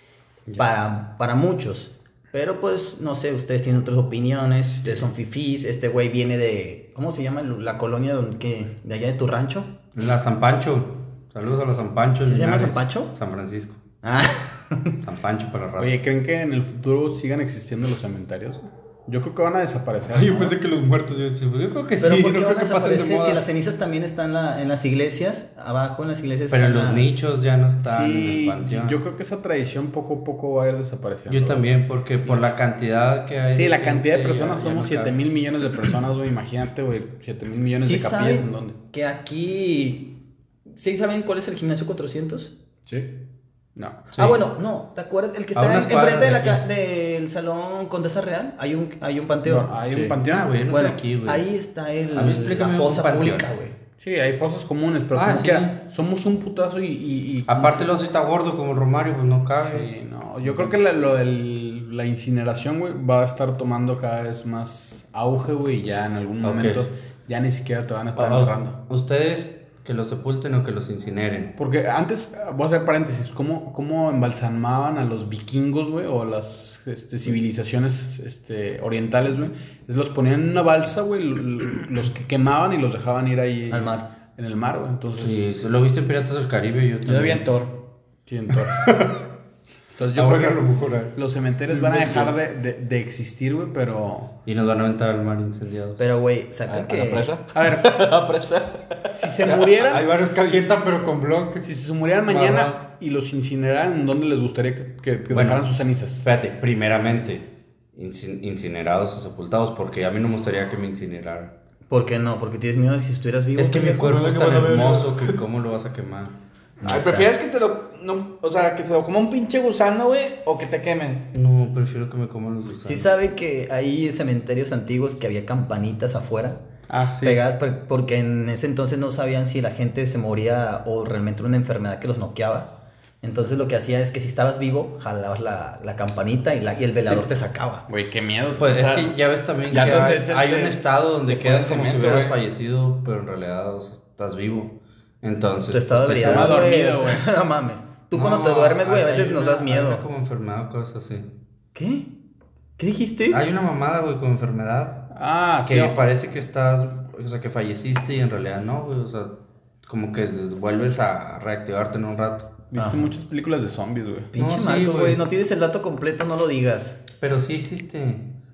Para muchos. Pero pues, no sé, ustedes tienen otras opiniones, ustedes son fifís, este güey viene de, ¿cómo se llama la colonia de allá de tu rancho? La San Pancho. Saludos a los San Pancho. ¿Sí se llama Linares. San Pancho? San Francisco. Ah, San Pancho para la raza. Oye, ¿creen que en el futuro sigan existiendo los cementerios? Yo creo que van a desaparecer. Ay, yo ¿no? pensé que los muertos. Yo creo que pero sí. ¿por No qué creo van a que pasen de desaparecer moda. si las cenizas también están en las iglesias? Abajo en las iglesias Pero están los las- nichos ya no están en el Sí, panteón. yo creo que esa tradición poco a poco va a ir desapareciendo. Yo también, porque por la cantidad que hay. Sí, la cantidad de gente, personas, ya somos no 7 cabe. mil millones de personas, güey. Imagínate, güey, 7 mil millones ¿Sí de capillas en saben dónde. que aquí... ¿Sí saben cuál es el gimnasio 400? Sí. No. Sí. Ah, bueno, no, ¿te acuerdas? El que A está unas enfrente de cuadras de del salón Condesa Real, hay un panteón. No, hay Sí. un panteón. Ah, güey, no Bueno, sé aquí, güey. ahí está A mí explícame la un fosa panteón. pública, güey. Sí, hay fosas comunes, pero Ah, como sí. que somos un putazo y Aparte, el oso está gordo como el Romario, pues no cabe. Sí, no. Yo creo que lo de la incineración, güey, va a estar tomando cada vez más auge, güey, y ya en algún Ok. momento ya ni siquiera te van a estar Ah, enterrando. Ustedes que los sepulten o que los incineren. Porque antes, voy a hacer paréntesis, ¿cómo embalsamaban a los vikingos, güey? O a las civilizaciones orientales, güey. Los ponían en una balsa, güey, los que quemaban y los dejaban ir ahí. Al mar. En el mar, güey. Entonces, Sí, lo viste en Piratas del Caribe, yo Yo también. vi en Thor. sí, entonces, entonces yo Ahora creo lo que mejor, los cementerios van a dejar de existir, güey, pero... Y nos van a aventar al mar incendiado. Pero, güey, saca ¿A que... la presa? A ver, ¿La presa? si se murieran... Hay varios que avientan, pero con bloques. Si se murieran mañana y los incineraran, ¿en dónde les gustaría que Bueno. dejaran sus cenizas? Espérate, primeramente, incinerados o sepultados, porque a mí no me gustaría que me incineraran. ¿Por qué no? Porque tienes miedo de si estuvieras vivo. Es que mi pendejo. cuerpo es que tan van a ver. hermoso que cómo lo vas a quemar. Ay, ¿prefieres que te lo... No, o sea, que te lo coma un pinche gusano, güey? ¿O que te quemen? No, prefiero que me coman los gusanos. ¿Sí saben que hay cementerios antiguos que había campanitas afuera? Ah, sí. Pegadas porque en ese entonces no sabían si la gente se moría o realmente era una enfermedad que los noqueaba. Entonces lo que hacía es que si estabas vivo, jalabas la campanita y el velador te sacaba. Güey, qué miedo. Pues o sea, es que ya ves también ya que entonces hay un estado donde te quedas pones como si cemento, hubieras güey. fallecido, pero en realidad o sea, estás vivo. Entonces, Tu estado pues, te debería llama dar dormido, güey. No mames. Tú cuando No, te duermes, güey, a hay veces nos una- das hay miedo. una como enfermedad o cosas así. ¿Qué? ¿Qué dijiste? Hay una mamada, güey, con enfermedad Ah, que sí. parece que estás, o sea, que falleciste y en realidad no, güey, o sea, como que vuelves a reactivarte en un rato. Viste Ajá. muchas películas de zombies, güey. Pinche No, sí, Marcos, güey. güey, no tienes el dato completo, no lo digas. Pero sí existe.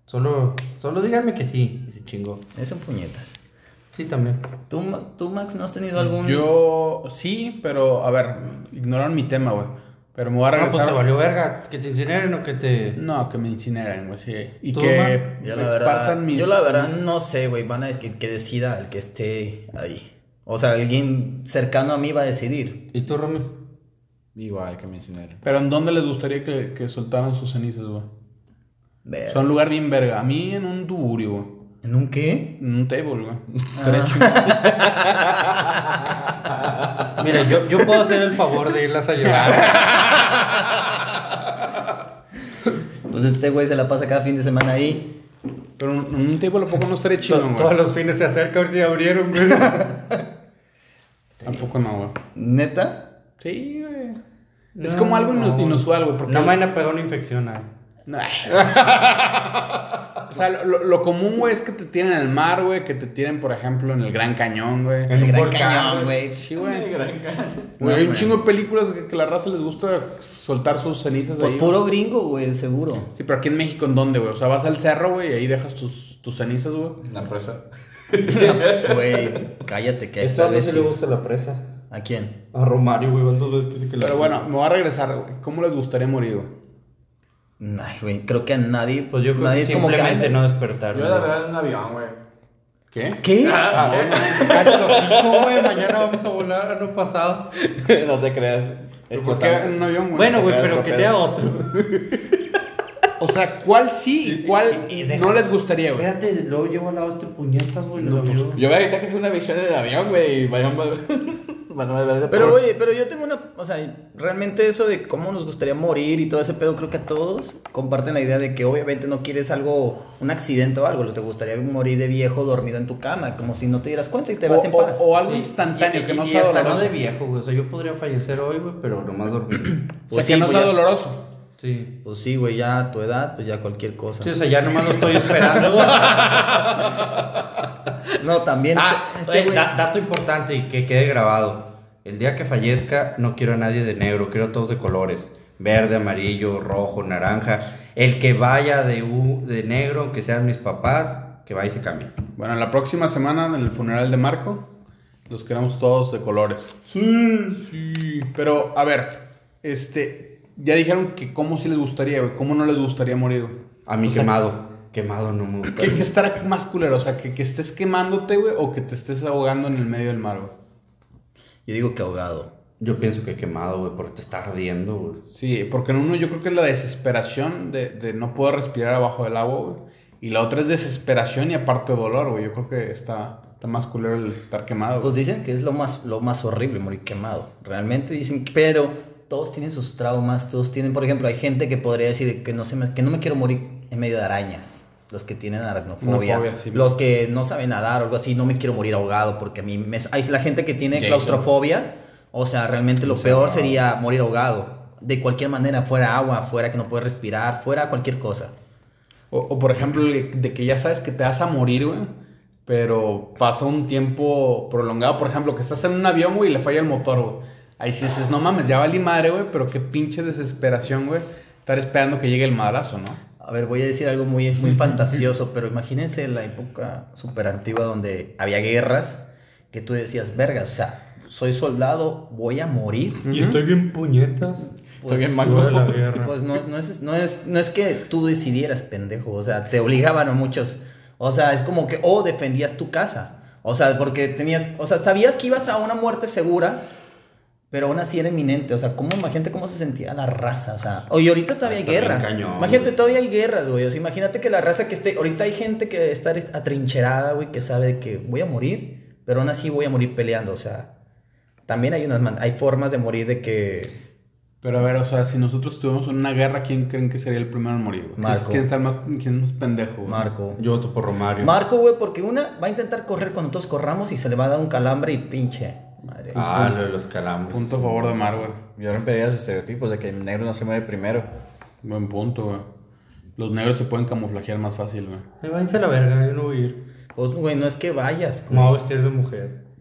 Solo díganme que sí. Y se chingó. Eso son puñetas. Sí, también. ¿Tú, Max, no has tenido algún...? Yo sí, pero a ver, ignoraron mi tema, güey. Pero me voy a No, regresar. pues te valió verga. Que te incineren o que te... No, que me incineren, güey, sí. Y ¿Tú, que man? Yo me la verdad, esparzan mis... yo la verdad no sé, güey. Van a que decida el que esté ahí. O sea, alguien cercano a mí va a decidir. ¿Y tú, Romy? Igual que me incineren. Pero ¿en dónde les gustaría que soltaran sus cenizas, güey? Ver. Son un lugar bien verga. A mí en un tuburio, güey. ¿En un qué? En un table, güey. Mira, yo puedo hacer el favor de irlas a llevar. Pues este güey se la pasa cada fin de semana ahí. Pero en un table a poco no estaría chido, güey. Todos los fines se acerca a ver si abrieron, güey. Tampoco no, güey. ¿Neta? Sí, güey. Es como algo inusual, güey. Porque No me van a pegar una infección ahí. No. O sea, lo común, güey, es que te tiren en el mar, güey. Que te tiren, por ejemplo, en el Gran Cañón, güey. En El un Gran volcán, Cañón, güey. Sí, güey. Gran cara. Güey, hay un güey. chingo de películas que la raza les gusta soltar sus cenizas Pues ahí. puro güey. gringo, güey, seguro. Sí, pero aquí en México, ¿en dónde, güey? O sea, vas al cerro, güey, y ahí dejas tus cenizas, güey. La presa. Güey, cállate que Esta esta vez vez sí le sí. gusta la presa. ¿A quién? A Romario, güey, van 2 veces que sí que la... Pero bueno, me voy a regresar, güey. ¿Cómo les gustaría morir, güey? Ay, güey, creo que a nadie. Pues yo creo nadie que es como que, simplemente ay, no despertar. Yo la verdad en un avión, güey. ¿Qué? ¿Qué? Cállate los 5, güey, mañana vamos a volar a no pasado. No te creas. ¿Por qué en un avión, güey? Bueno, güey, pedo, pero no que pedo. sea otro. O sea, ¿cuál sí y cuál Y deja- no les gustaría, güey? Espérate, luego llevo al lado este puñetas, güey. No, lo pues, vio. Yo voy a evitar que fue una visión del avión, güey. Y vayan Pero, güey, pero yo tengo una. O sea, realmente eso de cómo nos gustaría morir y todo ese pedo, creo que a todos comparten la idea de que obviamente no quieres algo, un accidente o algo. Te gustaría morir de viejo dormido en tu cama, como si no te dieras cuenta y te vas en paz. O algo Sí, instantáneo, que no y sea hasta no doloroso. de viejo, güey. O sea, yo podría fallecer hoy, güey, pero nomás dormir. O sea, Pues que sí, no pues sea ya- doloroso. Sí. Pues sí, güey, ya a tu edad, pues ya cualquier cosa. Sí, o sea, ya nomás lo estoy esperando. No, también. Güey. Dato importante y que quede grabado. El día que fallezca, no quiero a nadie de negro, quiero a todos de colores. Verde, amarillo, rojo, naranja. El que vaya de negro, aunque sean mis papás, que vaya y se cambie. Bueno, la próxima semana, en el funeral de Marco, los queremos todos de colores. Sí. Pero, a ver, ya dijeron que cómo sí les gustaría, güey. ¿Cómo no les gustaría morir, güey? A mí O sea, quemado no me gusta. ¿Qué estará más culero? O sea, que estés quemándote, güey, o que te estés ahogando en el medio del mar, güey. Yo digo que ahogado. Yo pienso que quemado, güey, porque te está ardiendo, güey. Sí, porque en uno yo creo que es la desesperación de no poder respirar abajo del agua, güey. Y la otra es desesperación y aparte dolor, güey. Yo creo que está más culero el estar quemado, Pues güey. dicen que es lo más horrible morir quemado. Realmente dicen que, pero todos tienen sus traumas, todos tienen, por ejemplo, hay gente que podría decir que que no me quiero morir en medio de arañas. Los que tienen aracnofobia, Aracnofobia, sí. los que no saben nadar o algo así, no me quiero morir ahogado porque a mí hay la gente que tiene Jason. claustrofobia, o sea, realmente lo peor sería morir ahogado. De cualquier manera, fuera agua, fuera que no puedes respirar, fuera cualquier cosa. O por ejemplo, de que ya sabes que te vas a morir, güey. Pero pasa un tiempo prolongado. Por ejemplo, que estás en un avión, güey, y le falla el motor, güey. Ahí sí dices, no mames, ya valí madre, güey. Pero qué pinche desesperación, güey. Estar esperando que llegue el madrazo, ¿no? A ver, voy a decir algo muy, muy fantasioso, pero imagínense la época súper antigua donde había guerras, que tú decías, vergas, o sea, soy soldado, voy a morir. Y estoy bien puñetas. Estoy bien Luego malo. de la guerra. Pues no es que tú decidieras, pendejo, o sea, te obligaban a muchos, o sea, es como que, defendías tu casa, o sea, porque tenías, o sea, sabías que ibas a una muerte segura, pero aún así era inminente, o sea, imagínate cómo se sentía la raza, o sea, oye, ahorita todavía hay Está bien guerras, cañón, imagínate, güey. todavía hay guerras, güey, o sea, imagínate que la raza que esté, ahorita hay gente que está atrincherada, güey, que sabe que voy a morir, pero aún así voy a morir peleando, o sea, también hay formas de morir de que... Pero a ver, o sea, si nosotros estuviéramos en una guerra, ¿quién creen que sería el primero en morir, güey? Marco. ¿Quién está quién es más pendejo, güey? Marco. Yo voto por Romario. Marco, güey, porque una va a intentar correr cuando todos corramos y se le va a dar un calambre y pinche. Madre. Lo de los calambres. Punto a favor de Mar, güey. Yo rompería los estereotipos de que el negro no se muere primero. Buen punto, güey. Los negros se pueden camuflajear más fácil, güey. Váyanse a la verga, yo no voy a ir. Pues, güey, no es que vayas. Me voy a vestir de mujer.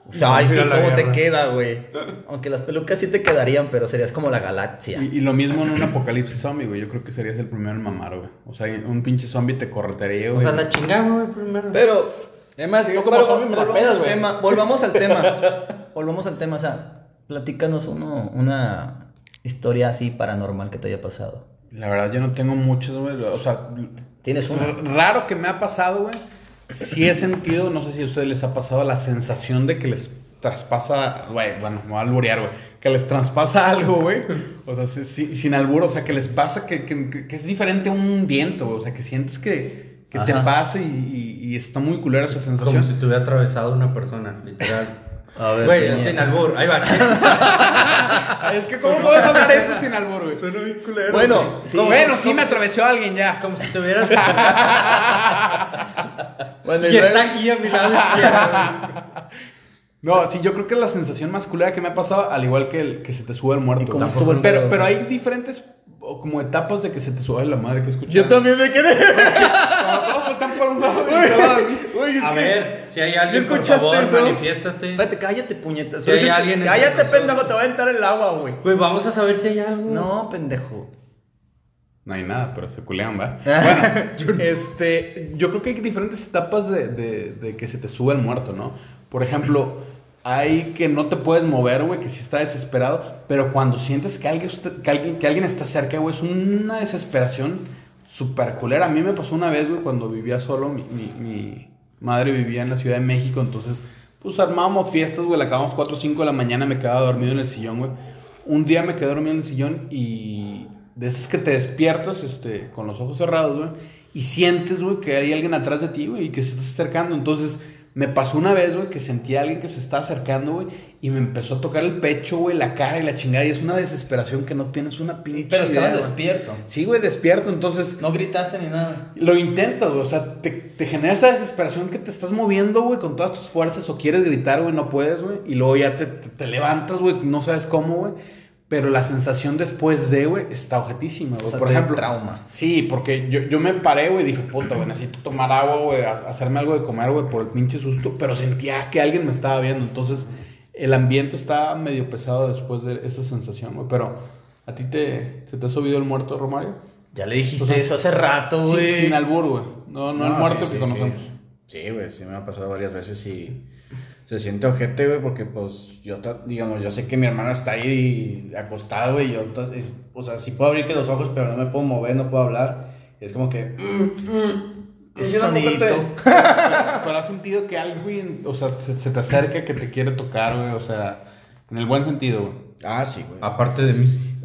Ay, sí, Ir a la ¿cómo te guerra. queda, güey? Aunque las pelucas sí te quedarían, pero serías como la galaxia. Y lo mismo en un apocalipsis zombie, güey. Yo creo que serías el primero en mamar, güey. O sea, un pinche zombie te corretearía, O güey. sea, la chingamos, güey, primero. Pero, Además, yo como pero zombie me la pedas, güey. volvamos al tema. Volvamos al tema, o sea, platícanos una historia así paranormal que te haya pasado. La verdad, yo no tengo muchos, güey. O sea, ¿Tienes una? raro que me ha pasado, güey. Sí he sentido, no sé si a ustedes les ha pasado la sensación de que les traspasa, güey, bueno, me voy a alburear, güey. Que les traspasa algo, güey. O sea, sin albur, o sea, que les pasa que es diferente a un viento, güey. O sea, que sientes que te Ajá. pasa y está muy culera esa Como sensación. si te hubiera atravesado una persona, literal. A ver, Güey, Peña. sin albur, ahí va. Es que, ¿cómo puedes hablar eso sin albur, güey? Suena bien culero. Bueno, sí. Bueno, sí me atravesó alguien ya. Como si te hubieras... Bueno, y está aquí a mi lado izquierdo. No, sí, yo creo que es la sensación más culera que me ha pasado, al igual que el que se te sube el muerto. ¿Y cómo güey. estuvo el pero, pedo? pero hay diferentes como etapas de que se te sube la madre que escuchas. Yo también me quedé. Cuando todos voltean por un lado y te va a dormir. Güey, es A que- ver, si hay alguien, por ¿escuchaste favor, eso? manifiéstate. Espérate, cállate, puñetas. Si hay alguien entre Cállate, nosotros. pendejo, te va a entrar el agua, güey. Güey, vamos a saber si hay algo. No, pendejo. No hay nada, pero se culean, ¿va? Bueno, yo creo que hay diferentes etapas de que se te sube el muerto, ¿no? Por ejemplo, hay que no te puedes mover, güey, que sí está desesperado, pero cuando sientes que alguien está cerca, güey, es una desesperación súper culera. A mí me pasó una vez, güey, cuando vivía solo, mi madre vivía en la Ciudad de México, entonces, pues armábamos fiestas, güey, la acabamos 4 o 5 de la mañana, me quedaba dormido en el sillón, güey. Un día me quedé dormido en el sillón y de esas que te despiertas, con los ojos cerrados, güey, y sientes, güey, que hay alguien atrás de ti, güey, y que se está acercando. Entonces, me pasó una vez, güey, que sentí a alguien que se está acercando, güey, y me empezó a tocar el pecho, güey, la cara y la chingada, y es una desesperación que no tienes una pinche Pero estabas idea, güey. despierto. Sí, güey, despierto, entonces No gritaste ni nada. lo intentas, güey, o sea, te genera esa desesperación que te estás moviendo, güey, con todas tus fuerzas, o quieres gritar, güey, no puedes, güey, y luego ya te levantas, güey, no sabes cómo, güey, pero la sensación después de, güey, está objetísima, güey. O sea, Por te dio ejemplo, trauma. Sí, porque yo me paré, güey, y dije, puta, güey, necesito tomar agua, güey, hacerme algo de comer, güey, por el pinche susto, pero sentía que alguien me estaba viendo, entonces el ambiente está medio pesado después de esa sensación, güey, pero ¿a ti se te ha subido el muerto, Romario? Ya le dijiste O sea, eso hace rato, Sí, güey. sin albur, güey, no el muerto sí, que sí, conocemos. Sí, güey, sí me ha pasado varias veces y se siente ojete, güey, porque pues digamos, yo sé que mi hermana está ahí acostada, güey, y o sea, sí puedo abrir que los ojos, pero no me puedo mover, no puedo hablar. Y es como que... Ese sonidito. Pero has sentido que alguien, o sea, se te acerca, que te quiere tocar, güey, o sea, en el buen sentido, güey. Ah, sí, güey. Aparte de mí.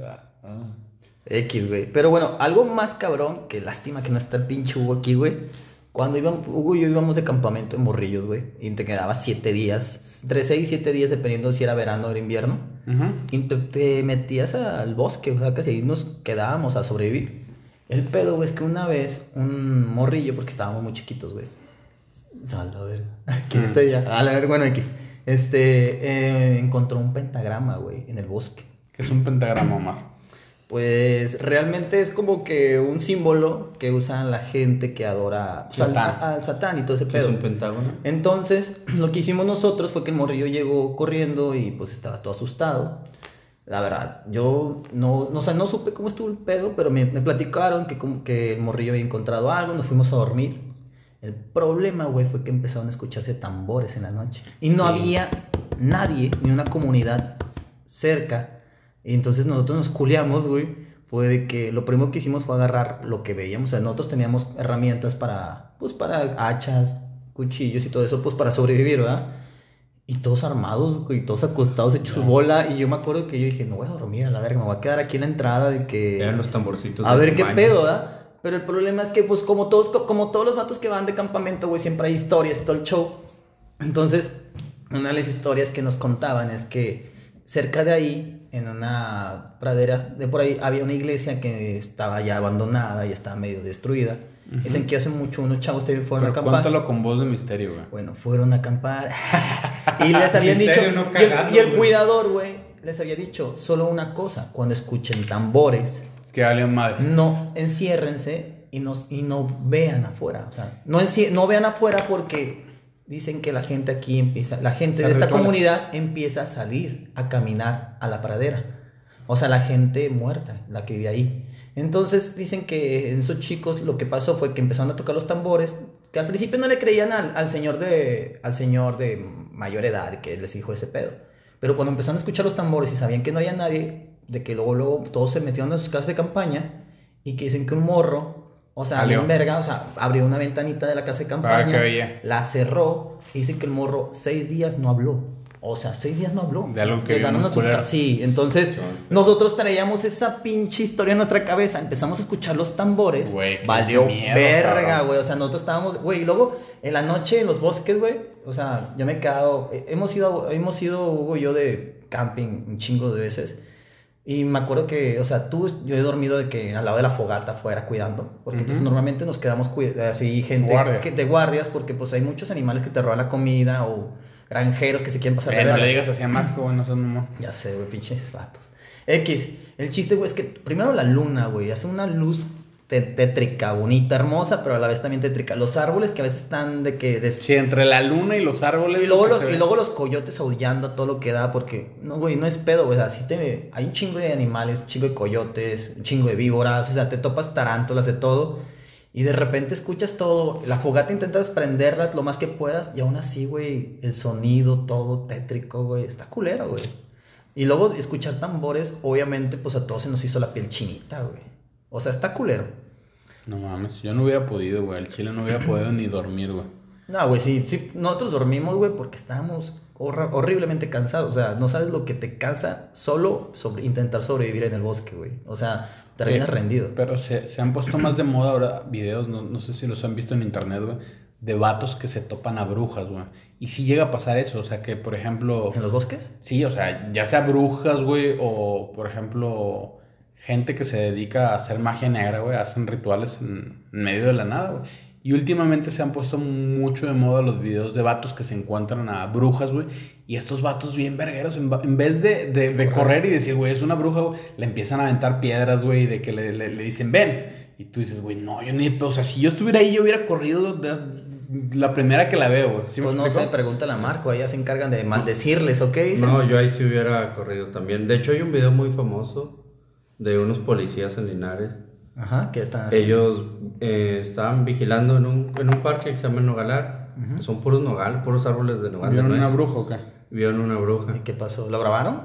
X, güey. Pero bueno, algo más cabrón, que lástima que no está el pinche Hugo aquí, güey. Cuando Hugo y yo íbamos de campamento en Morrillos, güey, y te quedabas 7 días, entre 6 y 7 días, dependiendo si era verano o era invierno, y te metías al bosque, o sea, que ahí nos quedábamos a sobrevivir. El pedo, güey, es que una vez un morrillo, porque estábamos muy chiquitos, güey. A la verga. ¿Quién está ya? A la verga, bueno, X. Encontró un pentagrama, güey, en el bosque. Que es un pentagrama, Omar. Pues realmente es como que un símbolo que usan la gente que adora pues, Satán. al Satán y todo ese ¿Qué es pedo. un pentágono? Entonces, lo que hicimos nosotros fue que el morrillo llegó corriendo y pues estaba todo asustado. La verdad, yo o sea, no supe cómo estuvo el pedo, pero me platicaron que como que el morrillo había encontrado algo, nos fuimos a dormir. El problema, güey, fue que empezaron a escucharse tambores en la noche. Y no había nadie, ni una comunidad cerca. Y entonces nosotros nos culiamos, güey. Fue de que lo primero que hicimos fue agarrar lo que veíamos. O sea, nosotros teníamos herramientas para hachas, cuchillos y todo eso, pues para sobrevivir, ¿verdad? Y todos armados, güey, todos acostados, hechos bola. Y yo me acuerdo que yo dije, no voy a dormir a la verga, me voy a quedar aquí en la entrada de que... Eran los tamborcitos. A de ver qué Rumania. pedo, ¿verdad? Pero el problema es que, pues, como todos los vatos que van de campamento, güey, siempre hay historias, todo el show. Entonces, una de las historias que nos contaban es que cerca de ahí, en una pradera de por ahí, había una iglesia que estaba ya abandonada y estaba medio destruida. Dicen que hace mucho unos chavos te fueron a Pero acampar. cuéntalo con voz de misterio, güey. Bueno, fueron a acampar y les habían dicho, Misterio, no cagando, y el güey. cuidador, güey, les había dicho solo una cosa: cuando escuchen tambores, Es que alguien madre. no enciérrense y no vean afuera. O sea, no vean afuera porque dicen que la gente aquí empieza, la gente de Hacer esta rituales. comunidad empieza a salir a caminar a la pradera. O sea, la gente muerta, la que vive ahí. Entonces dicen que en esos chicos lo que pasó fue que empezaron a tocar los tambores, que al principio no le creían al señor de mayor edad que les dijo ese pedo. Pero cuando empezaron a escuchar los tambores y sabían que no había nadie, de que luego todos se metieron en sus casas de campaña y que dicen que un morro, o sea, Salió. bien verga, o sea, abrió una ventanita de la casa de Para campaña, que veía. la cerró y dicen que el morro 6 días no habló. O sea, 6 días no habló. De algo que Llegaron vio a muy su culero. casa. Sí, entonces nosotros traíamos esa pinche historia en nuestra cabeza. Empezamos a escuchar los tambores. Güey, qué Valió miedo, verga, cabrón. güey. O sea, nosotros estábamos, güey, y luego en la noche en los bosques, güey. O sea, yo me he quedado. Hemos ido, Hugo y yo, de camping un chingo de veces. Y me acuerdo que, o sea, yo he dormido de que al lado de la fogata afuera cuidando. Porque pues normalmente nos quedamos así, gente Guardia. de guardias, porque pues hay muchos animales que te roban la comida o granjeros que se quieren pasar de No verga. le digas así a Marco, güey, no seas mamón. Ya sé, güey, pinches vatos. X, el chiste, güey, es que primero la luna, güey, hace una luz tétrica, bonita, hermosa, pero a la vez también tétrica. Los árboles que a veces están de que... Sí, entre la luna y los árboles. Y luego, lo que se ve. los coyotes aullando a todo lo que da, porque, no, güey, no es pedo, güey, así hay un chingo de animales, un chingo de coyotes, un chingo de víboras, o sea, te topas tarántulas de todo, y de repente escuchas todo, la fogata intentas prenderla lo más que puedas, y aún así, güey, el sonido, todo tétrico, güey, está culero, güey. Y luego escuchar tambores, obviamente, pues a todos se nos hizo la piel chinita, güey. O sea, está culero. No mames, yo no hubiera podido, güey. El chile no hubiera podido ni dormir, güey. No, güey, sí, nosotros dormimos, güey, porque estábamos horriblemente cansados. O sea, no sabes lo que te cansa solo intentar sobrevivir en el bosque, güey. O sea, terminas rendido. Pero se han puesto más de moda ahora videos, no sé si los han visto en internet, güey, de vatos que se topan a brujas, güey. Y sí llega a pasar eso, o sea, que por ejemplo... ¿En los bosques? Sí, o sea, ya sea brujas, güey, o por ejemplo, gente que se dedica a hacer magia negra, güey, hacen rituales en medio de la nada, güey. Y últimamente se han puesto mucho de moda los videos de vatos que se encuentran a brujas, güey. Y estos vatos bien vergueros, en vez de correr y decir, güey, es una bruja, güey, le empiezan a aventar piedras, güey, de que le dicen, ven. Y tú dices, güey, no, yo ni... O sea, si yo estuviera ahí, yo hubiera corrido la primera que la veo, güey. ¿Sí me Pues no explico? sé, pregúntale a Marco, ellas se encargan de maldecirles, ¿o qué dicen? No, yo ahí sí hubiera corrido también. De hecho, hay un video muy famoso de unos policías en Linares. Ajá, ¿qué están haciendo? Ellos estaban vigilando en un parque que se llama el Nogalar. Son puros nogal, puros árboles de nogal. ¿Vieron de nuez. una bruja o qué? Vieron una bruja. ¿Y qué pasó? ¿Lo grabaron?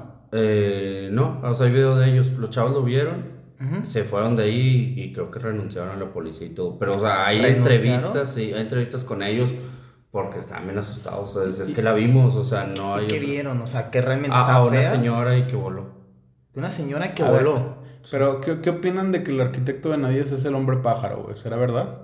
No, o sea, hay video de ellos. Los chavos lo vieron, Ujú. se fueron de ahí y creo que renunciaron a la policía y todo. Pero, o sea, hay ¿Renunciaron? entrevistas, sí, hay entrevistas con ellos porque estaban bien asustados. O sea, es que la vimos, o sea, no hay. ¿Y qué otra- vieron? O sea, que realmente A estaba una fea. señora y que voló. Una señora que A ver, voló. Pero, ¿qué opinan de que el arquitecto de Benavides es el hombre pájaro, güey? ¿Será verdad?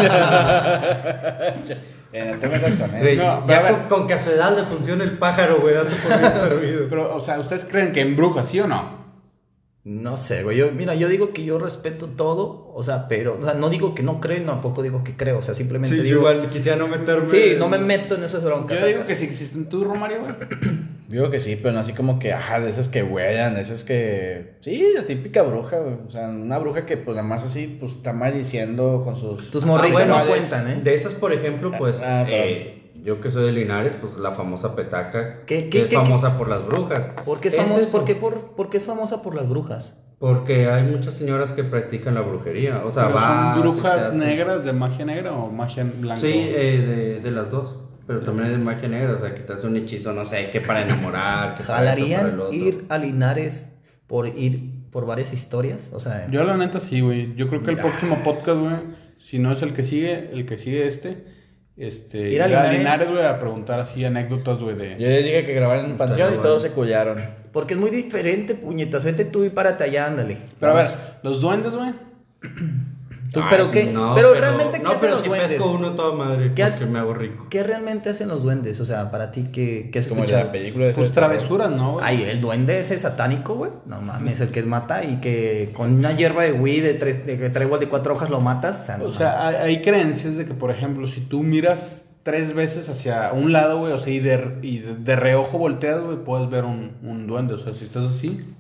No te metas con él. Güey, No, ya a ver. con que a su edad le funcione el pájaro, güey, date por bien servido. Pero, o sea, ¿ustedes creen que en brujas sí o no? No sé, güey. Mira, yo digo que yo respeto todo, o sea, pero, o sea, no digo que no creo y tampoco digo que creo, o sea, simplemente Sí, digo. igual quisiera no meterme. Sí, no me meto en esas broncas. Yo digo ¿sacas? que sí existen. ¿Tú, Romario, güey? Digo que sí, pero no así como que, de esas que huellan, de esas que... Sí, la típica bruja, güey. O sea, una bruja que, pues, nada más así, pues, está maldiciendo con sus... Tus morritos bueno, no cuentan, ¿eh? De esas, por ejemplo, pues, perdón. yo que soy de Linares, pues la famosa petaca, ¿Qué- que es qué- famosa por las brujas. ¿Por qué es Es famosa? eso. ¿Por qué es famosa por las brujas? Porque hay muchas señoras que practican la brujería. O sea, ¿Pero vas son y te brujas hacen- negras de magia negra o magia blanca? Sí, de las dos. Pero también hay de magia negra, o sea, que te hace un hechizo, no sé, que para enamorar, que para esto, para el ¿Jalarían otro. ir a Linares por ir por varias historias? O sea, Yo la neta sí, güey. Yo creo que el próximo podcast, güey, si no es el que sigue Ir a ir a Linares. Linares, güey, a preguntar así anécdotas, güey, de... Yo les dije que grabaran en un panteón y todos se culiaron. porque es muy diferente, puñetas. Vete tú y párate allá, ándale. Pero a ver, los duendes, güey. Tú, Ay, ¿pero qué? no, pero realmente, ¿qué no, hacen pero los si duendes? pesco uno toda madre, ¿Qué porque hace- me hago rico. ¿Qué realmente hacen los duendes? O sea, para ti, ¿qué has Como escuchado? la película de Pues ese terror. travesuras, ¿no, güey? Ay, el duende ese satánico, güey. No mames, el que mata y que con una hierba de weed de trébol de 4 hojas lo matas. O sea, no O sea, hay creencias de que, por ejemplo, si tú miras 3 veces hacia un lado, güey, o sea, y de reojo volteas, güey, puedes ver un duende. O sea, si estás así,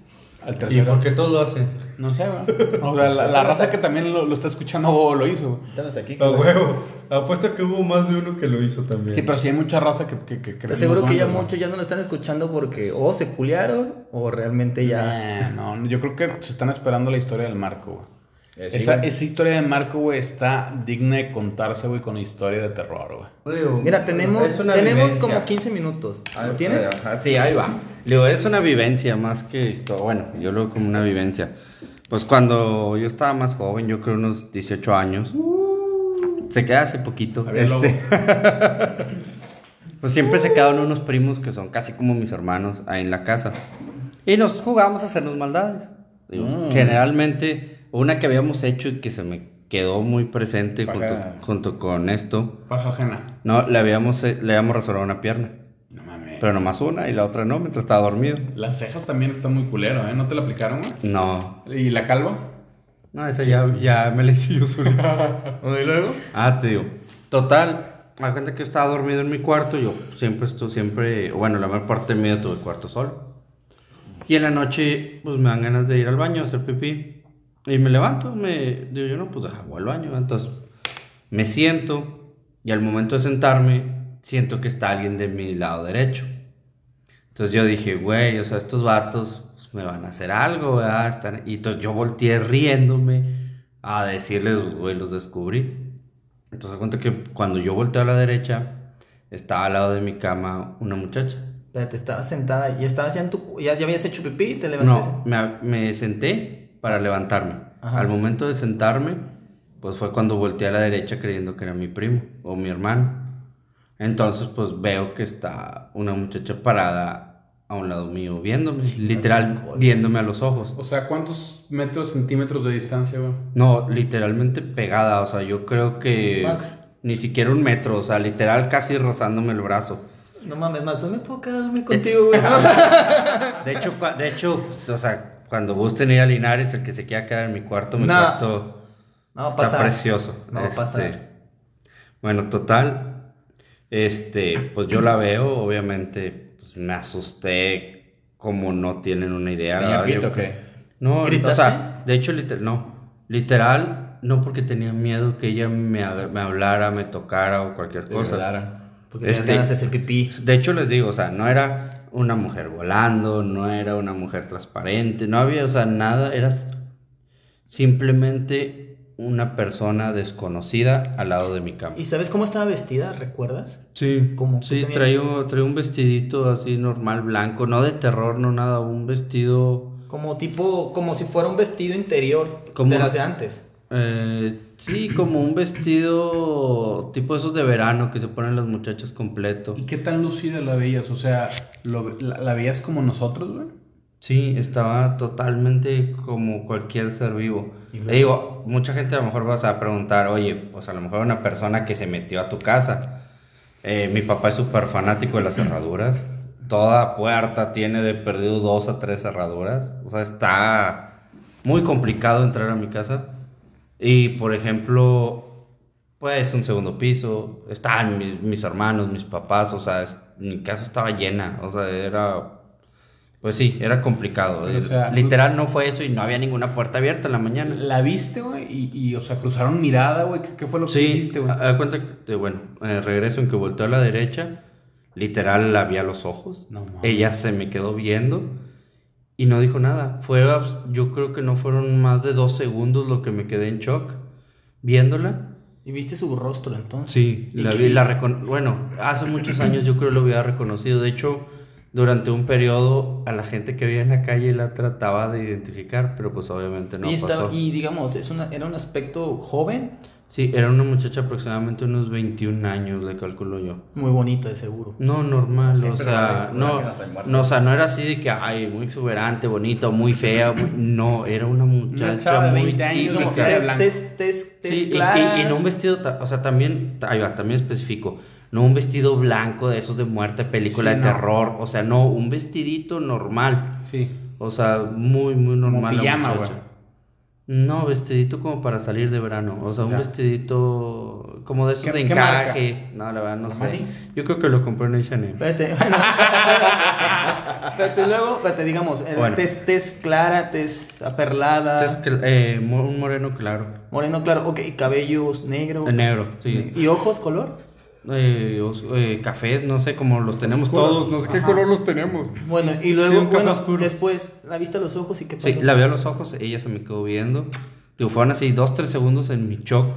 al ¿Y tercero. por qué todos lo hacen? No sé, güey. O sea, la raza que también lo está escuchando lo hizo, güey. Estamos aquí. A huevo. Apuesto que hubo más de uno que lo hizo también. Sí, pero sí hay mucha raza que Te aseguro que ya venimos muchos ya no lo están escuchando porque o se culiaron o realmente ya... No, yo creo que se están esperando la historia del Marco, güey. Sí, esa güey. historia de Marco, güey, está digna de contarse, güey, con historia de terror, güey. Digo, Mira, tenemos es una tenemos vivencia. como 15 minutos. ¿Lo tienes? Ajá, sí, ahí va. Digo, es una vivencia más que esto. Bueno, yo lo veo como una vivencia. Pues cuando yo estaba más joven, yo creo unos 18 años. Se queda hace poquito. Había lobo. Pues siempre se quedaron unos primos que son casi como mis hermanos ahí en la casa. Y nos jugábamos a hacernos maldades. Digo, generalmente, una que habíamos hecho y que se me quedó muy presente junto con esto. Paja ajena. No, le habíamos rasurado una pierna. No mames. Pero nomás una y la otra no, mientras estaba dormido. Las cejas también están muy culero, ¿eh? ¿No te la aplicaron, güey? No. ¿Y la calva? No, esa ya me la hice yo solo. ¿Y luego? Ah, te digo. Total, la gente que estaba dormido en mi cuarto, yo bueno, la mayor parte de mi vida tuve el cuarto solo. Y en la noche, pues me dan ganas de ir al baño a hacer pipí. Y me levanto, digo yo, no, pues voy al baño. Entonces, me siento y al momento de sentarme, siento que está alguien de mi lado derecho. Entonces yo dije, güey, o sea, estos vatos pues, me van a hacer algo, ¿verdad? Y entonces yo volteé riéndome a decirles, güey, los descubrí. Entonces me cuenta que cuando yo volteé a la derecha, estaba al lado de mi cama una muchacha. Espérate, estabas sentada y estabas ya habías hecho pipí y te levantaste. No, me senté para levantarme. Ajá. Al momento de sentarme, pues fue cuando volteé a la derecha creyendo que era mi primo o mi hermano. Entonces, pues veo que está una muchacha parada a un lado mío viéndome, literal, viéndome a los ojos. O sea, ¿cuántos metros, centímetros de distancia, güey? No, literalmente pegada, o sea, yo creo que Max. ni siquiera un metro, o sea, literal casi rozándome el brazo. No mames, Max, no me puedo quedar a dormir contigo, güey. De hecho, o sea, cuando gusten ir a Linares, el que se quiera quedar en mi cuarto, mi No. cuarto No va a está pasar. precioso. No va a pasar. Bueno, total, pues yo la veo, obviamente, pues me asusté como no tienen una idea. ¿Tenía ¿verdad? pito o qué? No, ¿Gritaste? o sea, de hecho, literal, no porque tenía miedo que ella me hablara, me tocara o cualquier De cosa. verdad. Porque tenías ganas de hacer pipí. De hecho, les digo, o sea, no era una mujer volando, no era una mujer transparente, no había, o sea, nada, era simplemente una persona desconocida al lado de mi cama. ¿Y sabes cómo estaba vestida? ¿Recuerdas? Sí, ¿Cómo? sí, ¿Qué tenía? traía un vestidito así normal, blanco, no de terror, no nada, un vestido... Como si fuera un vestido interior Como- de las de antes. Sí, como un vestido tipo esos de verano que se ponen las muchachas completo. ¿Y qué tan lúcida la veías? O sea, ¿la veías como nosotros, güey? Sí, estaba totalmente como cualquier ser vivo. Le digo, mucha gente a lo mejor vas a preguntar, oye, pues a lo mejor una persona que se metió a tu casa. Mi papá es súper fanático de las cerraduras. Toda puerta tiene de perdido 2 a 3 cerraduras. O sea, está muy complicado entrar a mi casa. Y, por ejemplo, pues un segundo piso. Estaban mis hermanos, mis papás. O sea, mi casa estaba llena. O sea, era... Pues sí, era complicado. Pero, o sea, literal no fue eso y no había ninguna puerta abierta en la mañana. ¿La viste, güey? O sea, cruzaron mirada, güey. ¿Qué fue lo que Sí, hiciste, güey? da cuenta que, bueno, regreso en que volteó a la derecha, literal la vi a los ojos. No mames. Ella se me quedó viendo y no dijo nada. Yo creo que no fueron más de 2 segundos lo que me quedé en shock viéndola. ¿Y viste su rostro entonces? Sí, ¿Y la qué- vi, bueno, hace muchos años yo creo que lo hubiera reconocido. De hecho, durante un periodo a la gente que veía en la calle la trataba de identificar, pero pues obviamente no pasó. Y digamos, era un aspecto joven, Sí, era una muchacha aproximadamente unos 21 años, le calculo yo. muy bonita de seguro. No, normal, Siempre o sea, no hay colágenos en muertos. no, o sea, no era así de que, ay, muy exuberante, bonita, muy fea, no, era una muchacha chava de muy 20 años, típica. como que era blanca. Tez Sí, clara. y no un vestido, o sea, también, ahí va, también específico, no un vestido blanco de esos de muerte, película Sí, de no. terror, o sea, no, un vestidito normal, Sí. o sea, muy, muy normal. Como la pijama, muchacha. güey. No, vestidito como para salir de verano. O sea, un Ya. vestidito como de esos ¿Qué- de qué encaje. No, la verdad no sé. ¿Armani? Yo creo que lo compré en H&M. Espérate, espérate, luego, espérate, digamos, Bueno. tez clara, tez aperlada, Un moreno claro. moreno claro, ok, cabellos negro. Negro, sí. ¿Y ojos color? Cafés, no sé, como los tenemos Oscuros. todos. No sé qué Ajá. color los tenemos. Bueno, y Sí, luego, un café bueno, oscuro. después, ¿la viste a los ojos y qué pasó? Sí, la veo a los ojos, ella se me quedó viendo. Digo, fueron así 2-3 segundos en mi shock.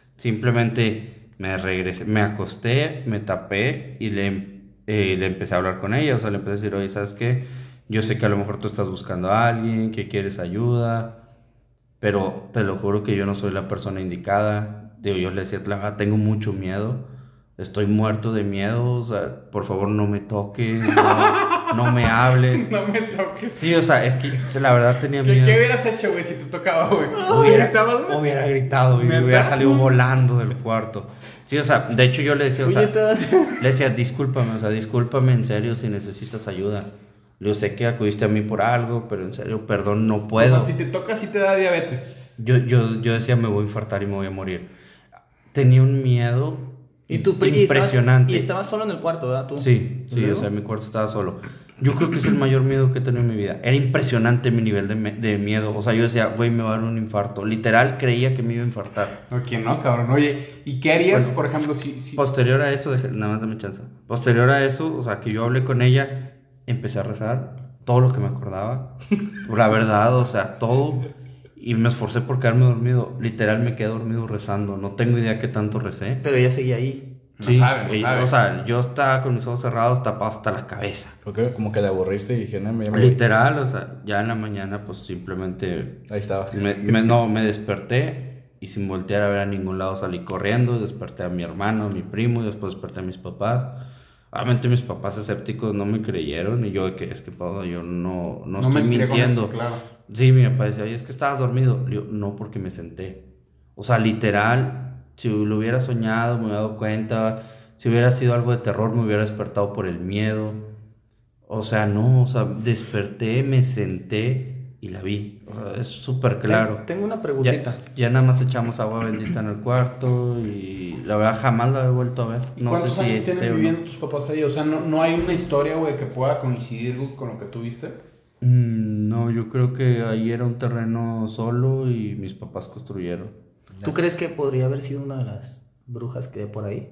Simplemente me regresé, me acosté, me tapé y le empecé a hablar con ella. O sea, le empecé a decir, oye, ¿sabes qué? Yo sé que a lo mejor tú estás buscando a alguien, que quieres ayuda, pero te lo juro que yo no soy la persona indicada. Digo, yo le decía, la verdad, tengo mucho miedo. Estoy muerto de miedo, o sea, por favor no me toques, no me hables. No me toques. Sí, o sea, es que la verdad tenía ¿Qué, miedo. qué hubieras hecho, güey, si te tocaba, güey? ¿Gritabas, güey? Hubiera gritado y me ¿Neta? hubiera salido volando del cuarto. Sí, o sea, de hecho yo le decía, o sea, Puñetas. le decía, discúlpame, o sea, discúlpame en serio si necesitas ayuda. Yo sé que acudiste a mí por algo, pero en serio, perdón, no puedo. O sea, si te toca, sí te da diabetes. Yo decía, me voy a infartar y me voy a morir. Tenía un miedo Y tú impresionante. Y estabas solo en el cuarto, ¿verdad? ¿Tú? Sí, ¿Y sí, luego? o sea, mi cuarto estaba solo. Yo creo que es el mayor miedo que he tenido en mi vida. Era impresionante mi nivel de miedo. O sea, yo decía, güey, me va a dar un infarto. Literal, creía que me iba a infartar. No, ¿quién no, cabrón? Oye, ¿y qué harías, Bueno, por ejemplo, si... Posterior a eso, nada más dame chance. Posterior a eso, o sea, que yo hablé con ella, empecé a rezar todo lo que me acordaba. La verdad, o sea, todo. Y me esforcé por quedarme dormido. Literal, me quedé dormido rezando. No tengo idea qué tanto recé. Pero ella seguía ahí. No sabe. O sea, yo estaba con mis ojos cerrados, tapado hasta la cabeza. Creo que como que le aburriste y dije, no, me voy. Literal, o sea, ya en la mañana, pues simplemente Ahí estaba. me desperté y sin voltear a ver a ningún lado salí corriendo. Desperté a mi hermano, a mi primo y después desperté a mis papás. Obviamente mis papás escépticos no me creyeron y yo de que es que Pablo, yo no estoy mentiré con mintiendo. eso, claro. Sí, mi papá decía, oye, es que estabas dormido. Le digo, no, porque me senté. O sea, literal, si lo hubiera soñado, me hubiera dado cuenta. Si hubiera sido algo de terror, me hubiera despertado por el miedo. O sea, no, o sea, desperté, me senté y la vi. O sea, es súper claro. Tengo una preguntita. Ya nada más echamos agua bendita en el cuarto y la verdad jamás la he vuelto a ver. ¿Y No sé cuántos si años esté tienen o no. viviendo tus papás ahí? O sea, ¿no hay una historia, güey, que pueda coincidir con lo que tú viste? No, yo creo que ahí era un terreno solo y mis papás construyeron. ¿Tú crees que podría haber sido una de las brujas que hay por ahí?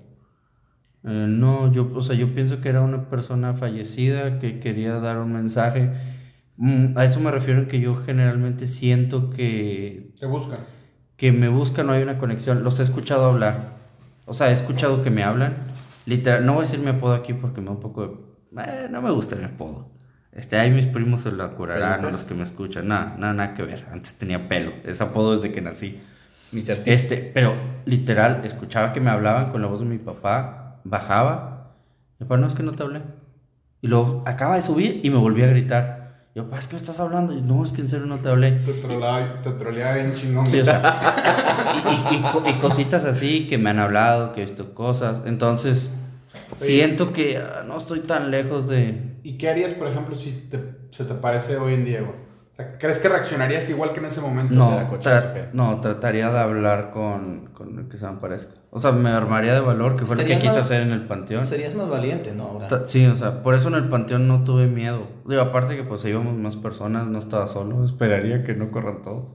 No, o sea, yo pienso que era una persona fallecida que quería dar un mensaje. A eso me refiero en que yo generalmente siento que Te buscan. me buscan, no hay una conexión. Los he escuchado hablar. O sea, he escuchado que me hablan. Literal, no voy a decir mi apodo aquí porque me da un poco de... no me gusta mi apodo. Ahí mis primos se lo curarán, ¿Pelitos? los que me escuchan. Nada que ver. Antes tenía pelo. Ese apodo desde que nací. Mr. T. Pero literal, escuchaba que me hablaban con la voz de mi papá, bajaba, mi papá, no, es que no te hablé. Y luego acaba de subir y me volví a gritar. Yo, papá, es que me estás hablando. Y, no, es que en serio no te hablé. Te troleaba bien chingón. Sí, o sea, y cositas así que me han hablado, que he visto cosas. Entonces, siento que no estoy tan lejos de... ¿Y qué harías, por ejemplo, si se te parece hoy en día, güey? O sea, ¿crees que reaccionarías igual que en ese momento? No, da cochazo, ¿qué? trataría de hablar con el que se me parezca. O sea, me armaría de valor, que fue lo que Estaría quise más- hacer en el panteón. Serías más valiente, ¿no? Ahora. Sí, o sea, por eso en el panteón no tuve miedo. Digo, aparte que pues íbamos más personas, no estaba solo. Esperaría que no corran todos.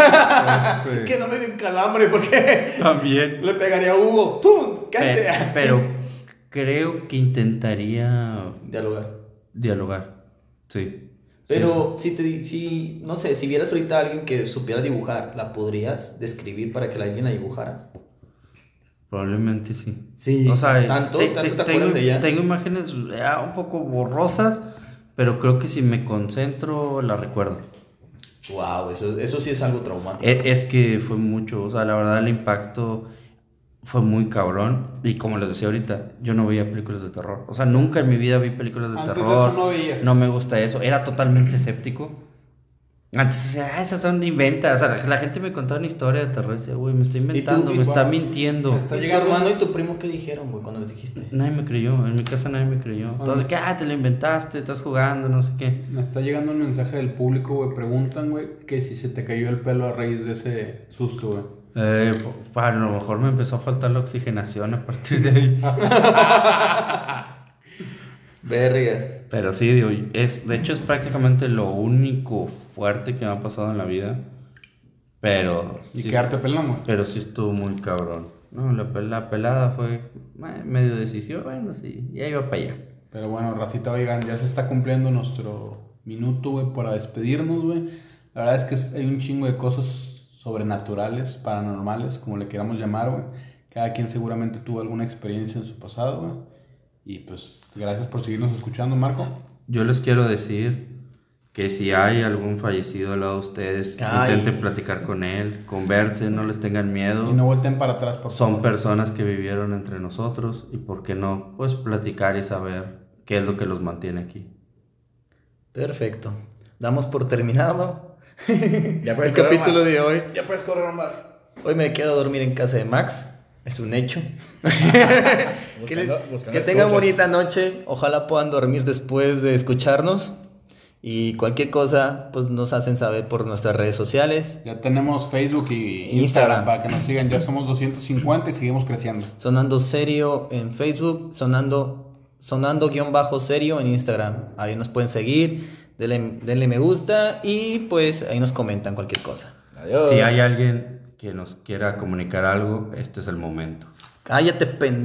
Que no me dio un calambre porque También. le pegaría a Hugo. ¡Pum! ¡Cállate! Pero creo que intentaría dialogar. Sí. Pero si no sé, si vieras ahorita a alguien que supiera dibujar, ¿la podrías describir para que alguien la dibujara? Probablemente sí. Sí. O sea, ¿Tanto te acuerdas de ella? Tengo imágenes un poco borrosas, pero creo que si me concentro la recuerdo. Wow, eso sí es algo traumático. Es que fue mucho, o sea, la verdad el impacto fue muy cabrón. Y como les decía ahorita, yo no veía películas de terror. O sea, nunca en mi vida vi películas de Antes de terror. eso no veías. No me gusta eso. Era totalmente escéptico. Antes decía, esas son inventas. O sea, la gente me contaba una historia de terror. Decía, güey, me está inventando, me está mintiendo. Está ¿Y tu llegando- hermano y tu primo qué dijeron, güey, cuando les dijiste? Nadie me creyó, en mi casa nadie me creyó. Entonces, que te lo inventaste, estás jugando, no sé qué. Me está llegando un mensaje del público, güey. Preguntan, güey, que si se te cayó el pelo a raíz de ese susto, güey. A lo mejor me empezó a faltar la oxigenación a partir de ahí. Verga. Pero sí, digo, de hecho es prácticamente lo único fuerte que me ha pasado en la vida. Pero Y sí, quedarte pelón, güey. pero sí estuvo muy cabrón. No, la pelada fue medio decisión. Bueno, sí, ya iba para allá. Pero bueno, racita, oigan, ya se está cumpliendo nuestro minuto, güey, para despedirnos, güey. La verdad es que hay un chingo de cosas sobrenaturales, paranormales, como le queramos llamar, güey. Cada quien seguramente tuvo alguna experiencia en su pasado, güey. Y pues, gracias por seguirnos escuchando, Marco. Yo les quiero decir que si hay algún fallecido al lado de ustedes, intenten platicar con él, conversen, no les tengan miedo. Y no volteen para atrás, por favor. Son personas que vivieron entre nosotros y por qué no, pues platicar y saber qué es lo que los mantiene aquí. Perfecto. Damos por terminado Ya puedes el correr, capítulo Omar. de hoy. Ya puedes correr, Omar. Hoy me quedo a dormir en casa de Max. Es un hecho. Buscando Que tengan excusas. bonita noche. Ojalá puedan dormir después de escucharnos. Y cualquier cosa, pues nos hacen saber por nuestras redes sociales. Ya tenemos Facebook y Instagram. Instagram para que nos sigan. Ya somos 250 y seguimos creciendo. Sonando Serio en Facebook. Sonando_serio en Instagram. Ahí nos pueden seguir. Denle me gusta. Y pues ahí nos comentan cualquier cosa. Adiós. Si hay alguien que nos quiera comunicar algo, este es el momento. Cállate, pendejo.